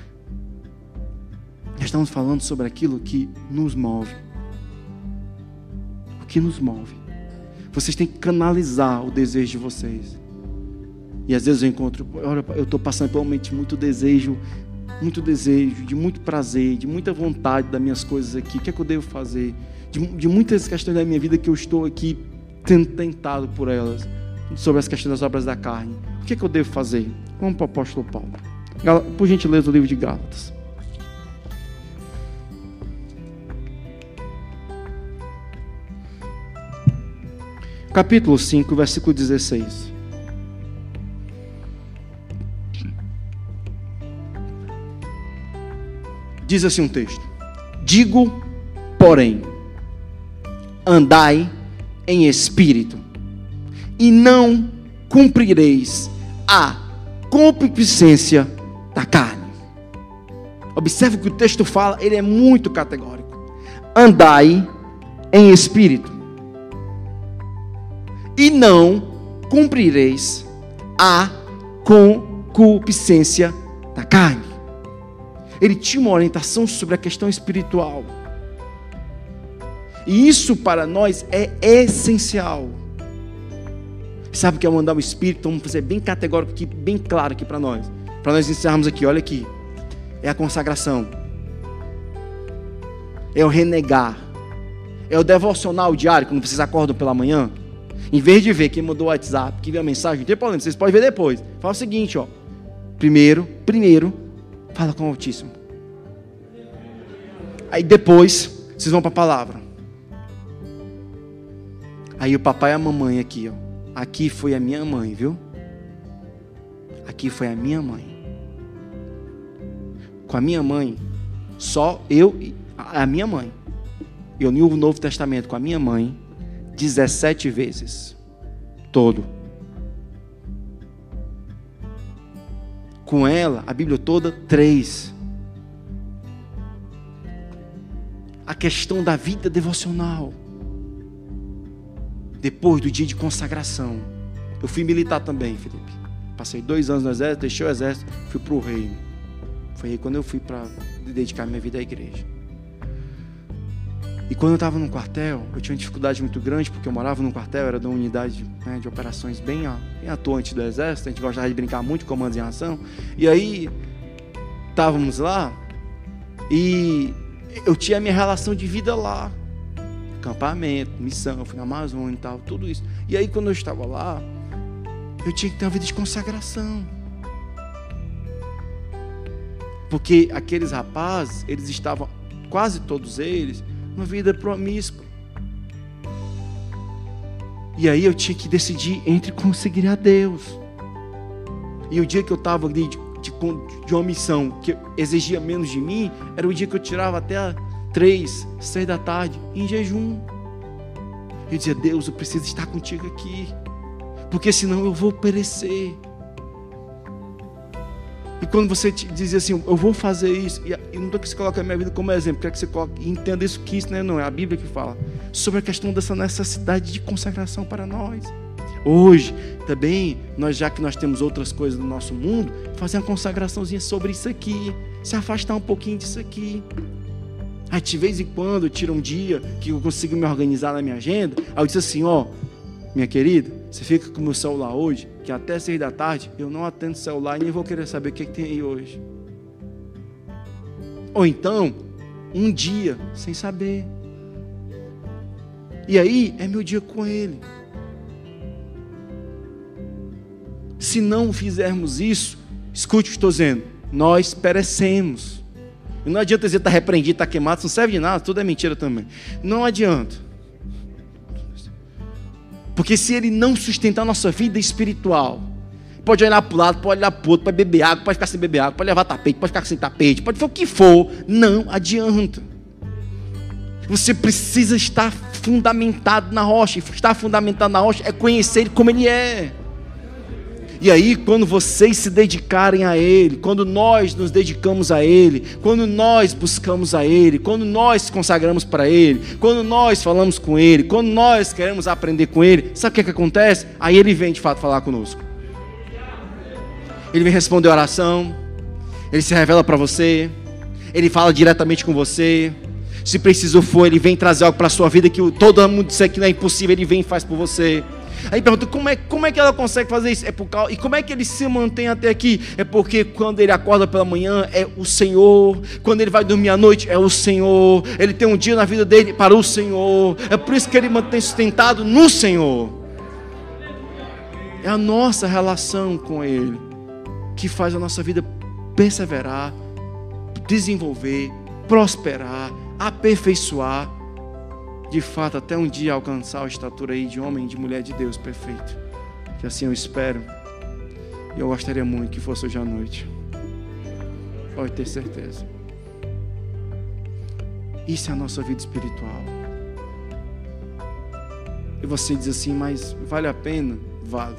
Nós estamos falando sobre aquilo que nos move. O que nos move. Vocês têm que canalizar o desejo de vocês. E às vezes eu encontro, olha, eu estou passando por um momento de muito desejo, muito desejo, de muito prazer, de muita vontade das minhas coisas aqui. O que é que eu devo fazer? De, de muitas questões da minha vida que eu estou aqui sendo tentado por elas, sobre as questões das obras da carne. O que é que eu devo fazer? Vamos para o apóstolo Paulo. Por gentileza, o livro de Gálatas. Capítulo cinco, versículo dezesseis. Diz assim um texto: digo, porém, andai em espírito, e não cumprireis a concupiscência da carne. Observe que o texto fala, ele é muito categórico. Andai em espírito, e não cumprireis a concupiscência da carne. Ele tinha uma orientação sobre a questão espiritual. E isso para nós é essencial. Sabe o que é mandar o Espírito? Então, vamos fazer bem categórico aqui, bem claro aqui para nós. Para nós encerrarmos aqui, olha aqui. É a consagração. É o renegar. É o devocional diário, quando vocês acordam pela manhã. Em vez de ver quem mandou o WhatsApp, que veio a mensagem, não tem problema, vocês podem ver depois. Fala o seguinte, ó. Primeiro, primeiro, fala com o Altíssimo. Aí depois, vocês vão para a palavra. Aí o papai e a mamãe aqui, ó. Aqui foi a minha mãe, viu? Aqui foi a minha mãe. Com a minha mãe, só eu e a minha mãe. Eu li o Novo Testamento com a minha mãe dezessete vezes. Todo. Com ela, a Bíblia toda, três. A questão da vida devocional. Depois do dia de consagração. Eu fui militar também, Felipe. Passei dois anos no exército, deixei o exército, fui para o reino. Foi aí quando eu fui para dedicar minha vida à igreja. E quando eu estava no quartel, eu tinha uma dificuldade muito grande, porque eu morava num quartel, era de uma unidade, né, de operações bem, bem atuante do exército, a gente gostava de brincar muito com comandos em ação. E aí, estávamos lá, e eu tinha a minha relação de vida lá. Acampamento, missão, eu fui na Amazônia e tal, tudo isso. E aí quando eu estava lá, eu tinha que ter uma vida de consagração. Porque aqueles rapazes, eles estavam, quase todos eles, numa vida promíscua. E aí eu tinha que decidir entre conseguir a Deus. E o dia que eu estava ali de, de, de uma missão que exigia menos de mim, era o dia que eu tirava até a três, seis da tarde, em jejum. Eu dizia, Deus, eu preciso estar contigo aqui, porque senão eu vou perecer. E quando você dizia assim, eu vou fazer isso, e não estou que você coloque a minha vida como exemplo, quero que você coloque, e entenda isso, que isso né, não é a Bíblia que fala, sobre a questão dessa necessidade de consagração para nós. Hoje, também, nós, já que nós temos outras coisas do nosso mundo, fazer uma consagraçãozinha sobre isso aqui. se afastar um pouquinho disso aqui. Aí de vez em quando eu tiro um dia que eu consigo me organizar na minha agenda. Aí eu disse assim, ó, minha querida, você fica com o meu celular hoje, que até seis da tarde eu não atendo o celular e nem vou querer saber o que, é que tem aí hoje. Ou então, um dia sem saber. E aí é meu dia com Ele. Se não fizermos isso, escute o que estou dizendo, nós perecemos. E não adianta dizer que está repreendido, está queimado, isso não serve de nada, tudo é mentira também. Não adianta. Porque se Ele não sustentar a nossa vida espiritual, pode olhar para o lado, pode olhar para o outro, pode beber água, pode ficar sem beber água, pode levar tapete, pode ficar sem tapete, pode fazer o que for, não adianta. Você precisa estar fundamentado na rocha. E estar fundamentado na rocha é conhecer Ele como Ele é. E aí, quando vocês se dedicarem a Ele, quando nós nos dedicamos a Ele, quando nós buscamos a Ele, quando nós consagramos para Ele, quando nós falamos com Ele, quando nós queremos aprender com Ele, sabe o que, é que acontece? Aí Ele vem de fato falar conosco. Ele vem responder a oração, Ele se revela para você, Ele fala diretamente com você. Se preciso for, Ele vem trazer algo para a sua vida que todo mundo disser que não é impossível, Ele vem e faz por você. Aí pergunta, como é, como é que ela consegue fazer isso? É por causa, e como é que Ele se mantém até aqui? É porque quando Ele acorda pela manhã, é o Senhor. Quando Ele vai dormir à noite, é o Senhor. Ele tem um dia na vida dele para o Senhor. É por isso que Ele mantém sustentado no Senhor. É a nossa relação com Ele que faz a nossa vida perseverar, desenvolver, prosperar, aperfeiçoar, de fato, até um dia alcançar a estatura aí de homem e de mulher de Deus perfeito. Que assim eu espero. E eu gostaria muito que fosse hoje à noite. Pode ter certeza. Isso é a nossa vida espiritual. E você diz assim, mas vale a pena? Vale.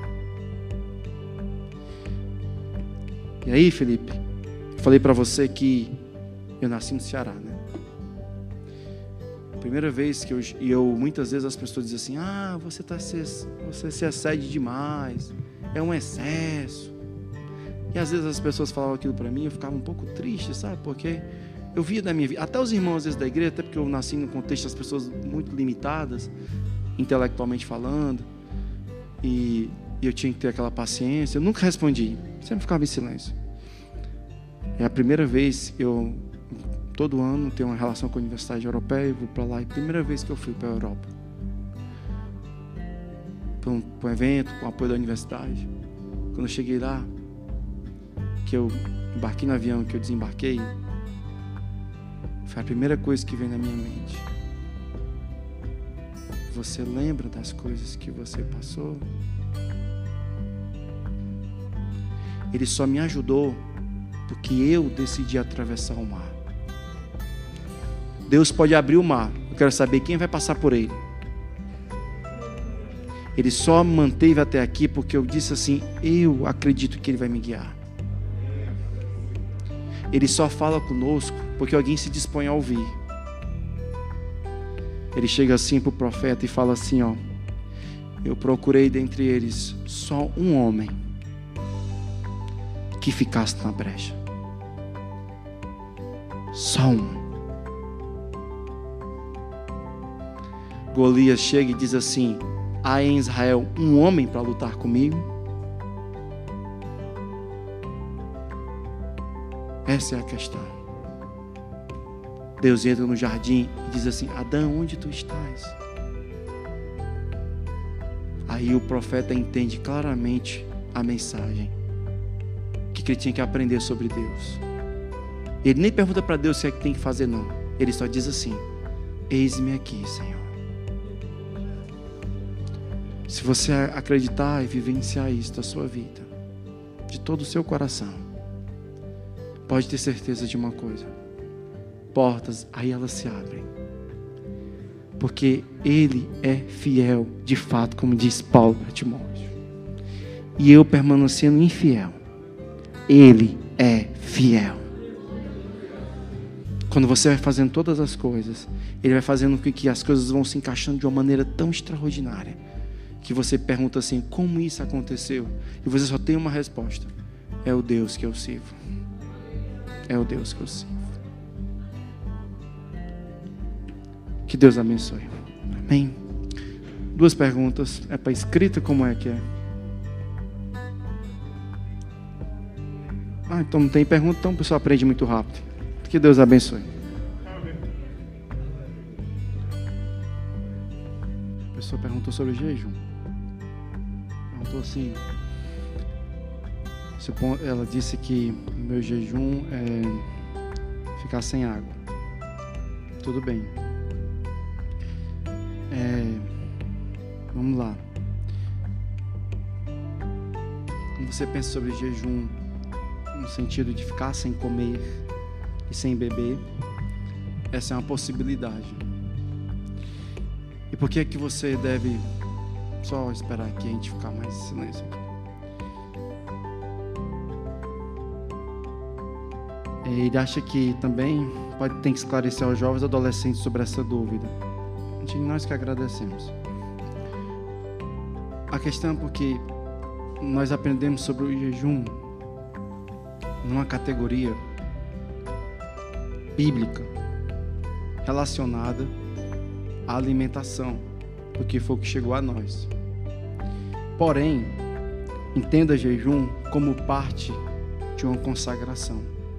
E aí, Felipe, falei para você que eu nasci no Ceará, né? Primeira vez que eu, e eu, muitas vezes as pessoas dizem assim, ah, você, tá se, você se excede demais, é um excesso. E às vezes as pessoas falavam aquilo para mim, eu ficava um pouco triste, sabe? Porque eu via da minha vida, até os irmãos às vezes da igreja, até porque eu nasci num contexto das pessoas muito limitadas, intelectualmente falando, e, e eu tinha que ter aquela paciência, eu nunca respondi, sempre ficava em silêncio. É a primeira vez que eu... Todo ano tenho uma relação com a Universidade Europeia, vou para lá. E a primeira vez que eu fui para a Europa, para um, para um evento, com o apoio da universidade. Quando eu cheguei lá, que eu embarquei no avião, que eu desembarquei, foi a primeira coisa que veio na minha mente. Você lembra das coisas que você passou? Ele só me ajudou porque eu decidi atravessar o mar. Deus pode abrir o mar, eu quero saber quem vai passar por ele. Ele só me manteve até aqui porque eu disse assim, eu acredito que Ele vai me guiar. Ele só fala conosco porque alguém se dispõe a ouvir. Ele chega assim para o profeta e fala assim, ó, eu procurei dentre eles só um homem que ficasse na brecha. Só um. Golias chega e diz assim, há em Israel um homem para lutar comigo? Essa é a questão. Deus entra no jardim e diz assim, Adão, onde tu estás? Aí o profeta entende claramente a mensagem que ele tinha que aprender sobre Deus. Ele nem pergunta para Deus se é que tem que fazer, não. Ele só diz assim, eis-me aqui, Senhor. Se você acreditar e vivenciar isso da sua vida, de todo o seu coração, pode ter certeza de uma coisa, portas, aí elas se abrem, porque Ele é fiel, de fato, como diz Paulo para Timóteo, e eu permanecendo infiel, Ele é fiel. Quando você vai fazendo todas as coisas, Ele vai fazendo com que as coisas vão se encaixando de uma maneira tão extraordinária, que você pergunta assim, como isso aconteceu? E você só tem uma resposta, é o Deus que eu sirvo. é o Deus que eu sirvo. Que Deus abençoe. Amém. Duas perguntas. É para escrita, como é que é? Ah, então não tem pergunta, então o pessoal aprende muito rápido. Que Deus abençoe. A pessoa perguntou sobre jejum. Perguntou assim. Ela disse que o meu jejum é ficar sem água. Tudo bem. É, vamos lá. Quando você pensa sobre jejum no sentido de ficar sem comer e sem beber, essa é uma possibilidade. E por que é que você deve só esperar aqui a gente ficar mais em silêncio aqui? Ele acha que também pode ter que esclarecer aos jovens e adolescentes sobre essa dúvida. Nós que agradecemos. A questão é porque nós aprendemos sobre o jejum numa categoria bíblica relacionada à alimentação, porque foi o que chegou a nós. Porém, entenda jejum como parte de uma consagração.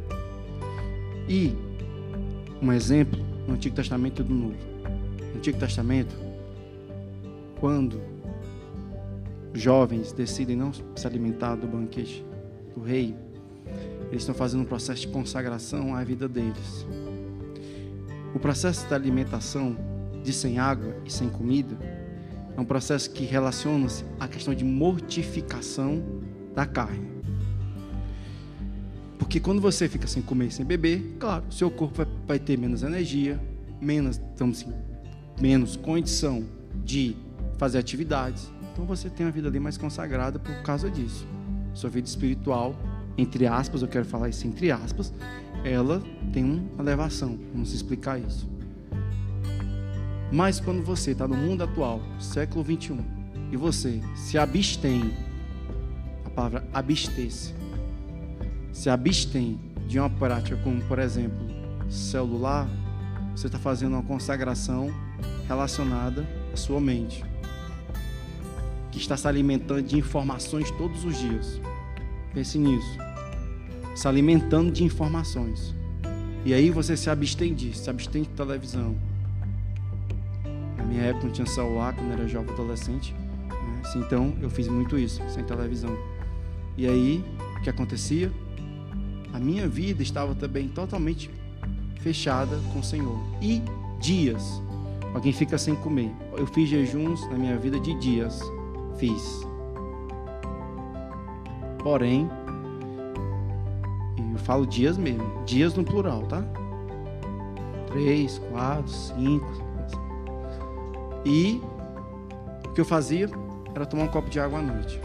E um exemplo no Antigo Testamento e do Novo. No Antigo Testamento, quando os jovens decidem não se alimentar do banquete do rei, eles estão fazendo um processo de consagração à vida deles. O processo da alimentação de sem água e sem comida é um processo que relaciona-se à questão de mortificação da carne. Porque quando você fica sem comer e sem beber, claro, seu corpo vai, vai ter menos energia, menos, vamos assim, menos condição de fazer atividades. Então você tem uma vida ali mais consagrada por causa disso. Sua vida espiritual, entre aspas, eu quero falar isso entre aspas, ela tem uma elevação, vamos explicar isso. Mas quando você está no mundo atual, século vinte e um, e você se abstém, a palavra abster-se, se abstém de uma prática como, por exemplo, celular, você está fazendo uma consagração relacionada à sua mente, que está se alimentando de informações todos os dias. Pense nisso. Se alimentando de informações. E aí você se abstém disso, se abstém de televisão. Na minha época não tinha celular, quando eu era jovem adolescente, né? Então eu fiz muito isso, sem televisão. E aí, o que acontecia? A minha vida estava também totalmente fechada com o Senhor. E dias. Alguém fica sem comer. Eu fiz jejuns na minha vida de dias. Fiz. Porém, eu falo dias mesmo. Dias no plural, tá? Três, quatro, cinco. E o que eu fazia era tomar um copo de água à noite.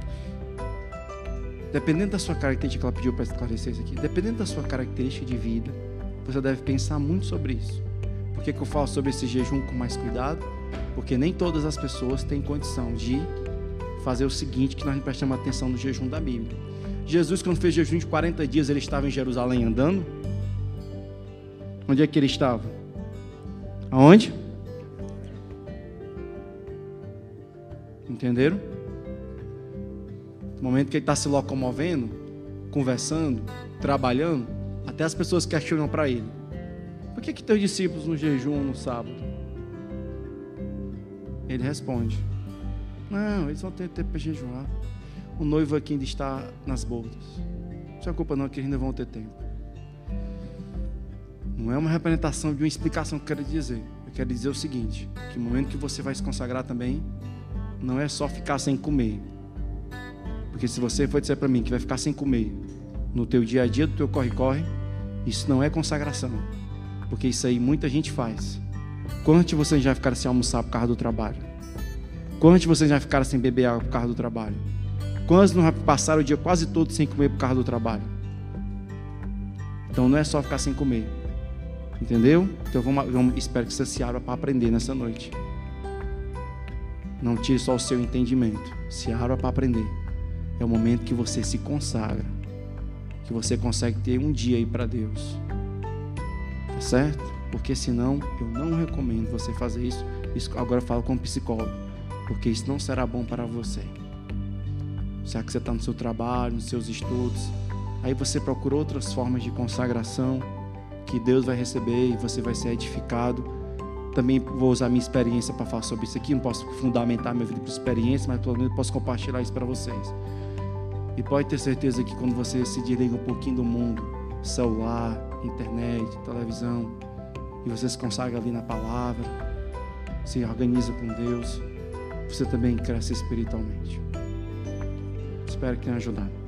Dependendo da sua característica, ela pediu para esclarecer isso aqui. Dependendo da sua característica de vida, você deve pensar muito sobre isso. Por que que eu falo sobre esse jejum com mais cuidado? Porque nem todas as pessoas têm condição de fazer o seguinte, que nós não prestamos atenção no jejum da Bíblia. Jesus, quando fez jejum de quarenta dias, ele estava em Jerusalém andando. Onde é que ele estava? Aonde? Entenderam? No momento que ele está se locomovendo, conversando, trabalhando, até as pessoas questionam para ele: por que que teus discípulos no jejum no sábado? Ele responde: não, eles vão ter tempo para jejuar. O noivo aqui ainda está nas bordas. Não se preocupa não, que eles ainda vão ter tempo. Não é uma representação de uma explicação que eu quero dizer. Eu quero dizer o seguinte, que no momento que você vai se consagrar também, não é só ficar sem comer. Porque se você for dizer para mim que vai ficar sem comer no teu dia a dia, do teu corre-corre, isso não é consagração. Porque isso aí muita gente faz. Quantos de vocês já ficaram sem almoçar por causa do trabalho? Quantos de vocês já ficaram sem beber água por causa do trabalho? Quantos não passaram o dia quase todo sem comer por causa do trabalho? Então não é só ficar sem comer. Entendeu? Então vamos, vamos, espero que você se abra para aprender nessa noite. Não tire só o seu entendimento. Se abra para aprender. É o momento que você se consagra. que você consegue ter um dia aí para Deus. Tá certo? Porque senão eu não recomendo você fazer isso. Isso agora eu falo como psicólogo, porque isso não será bom para você. Será que você está no seu trabalho, nos seus estudos? Aí você procura outras formas de consagração que Deus vai receber e você vai ser edificado. Também vou usar minha experiência para falar sobre isso aqui. Não posso fundamentar minha vida por experiência, mas pelo menos posso compartilhar isso para vocês. E pode ter certeza que quando você se desliga um pouquinho do mundo, celular, internet, televisão, e você se consagra ali na palavra, se organiza com Deus, você também cresce espiritualmente. Espero que tenha ajudado.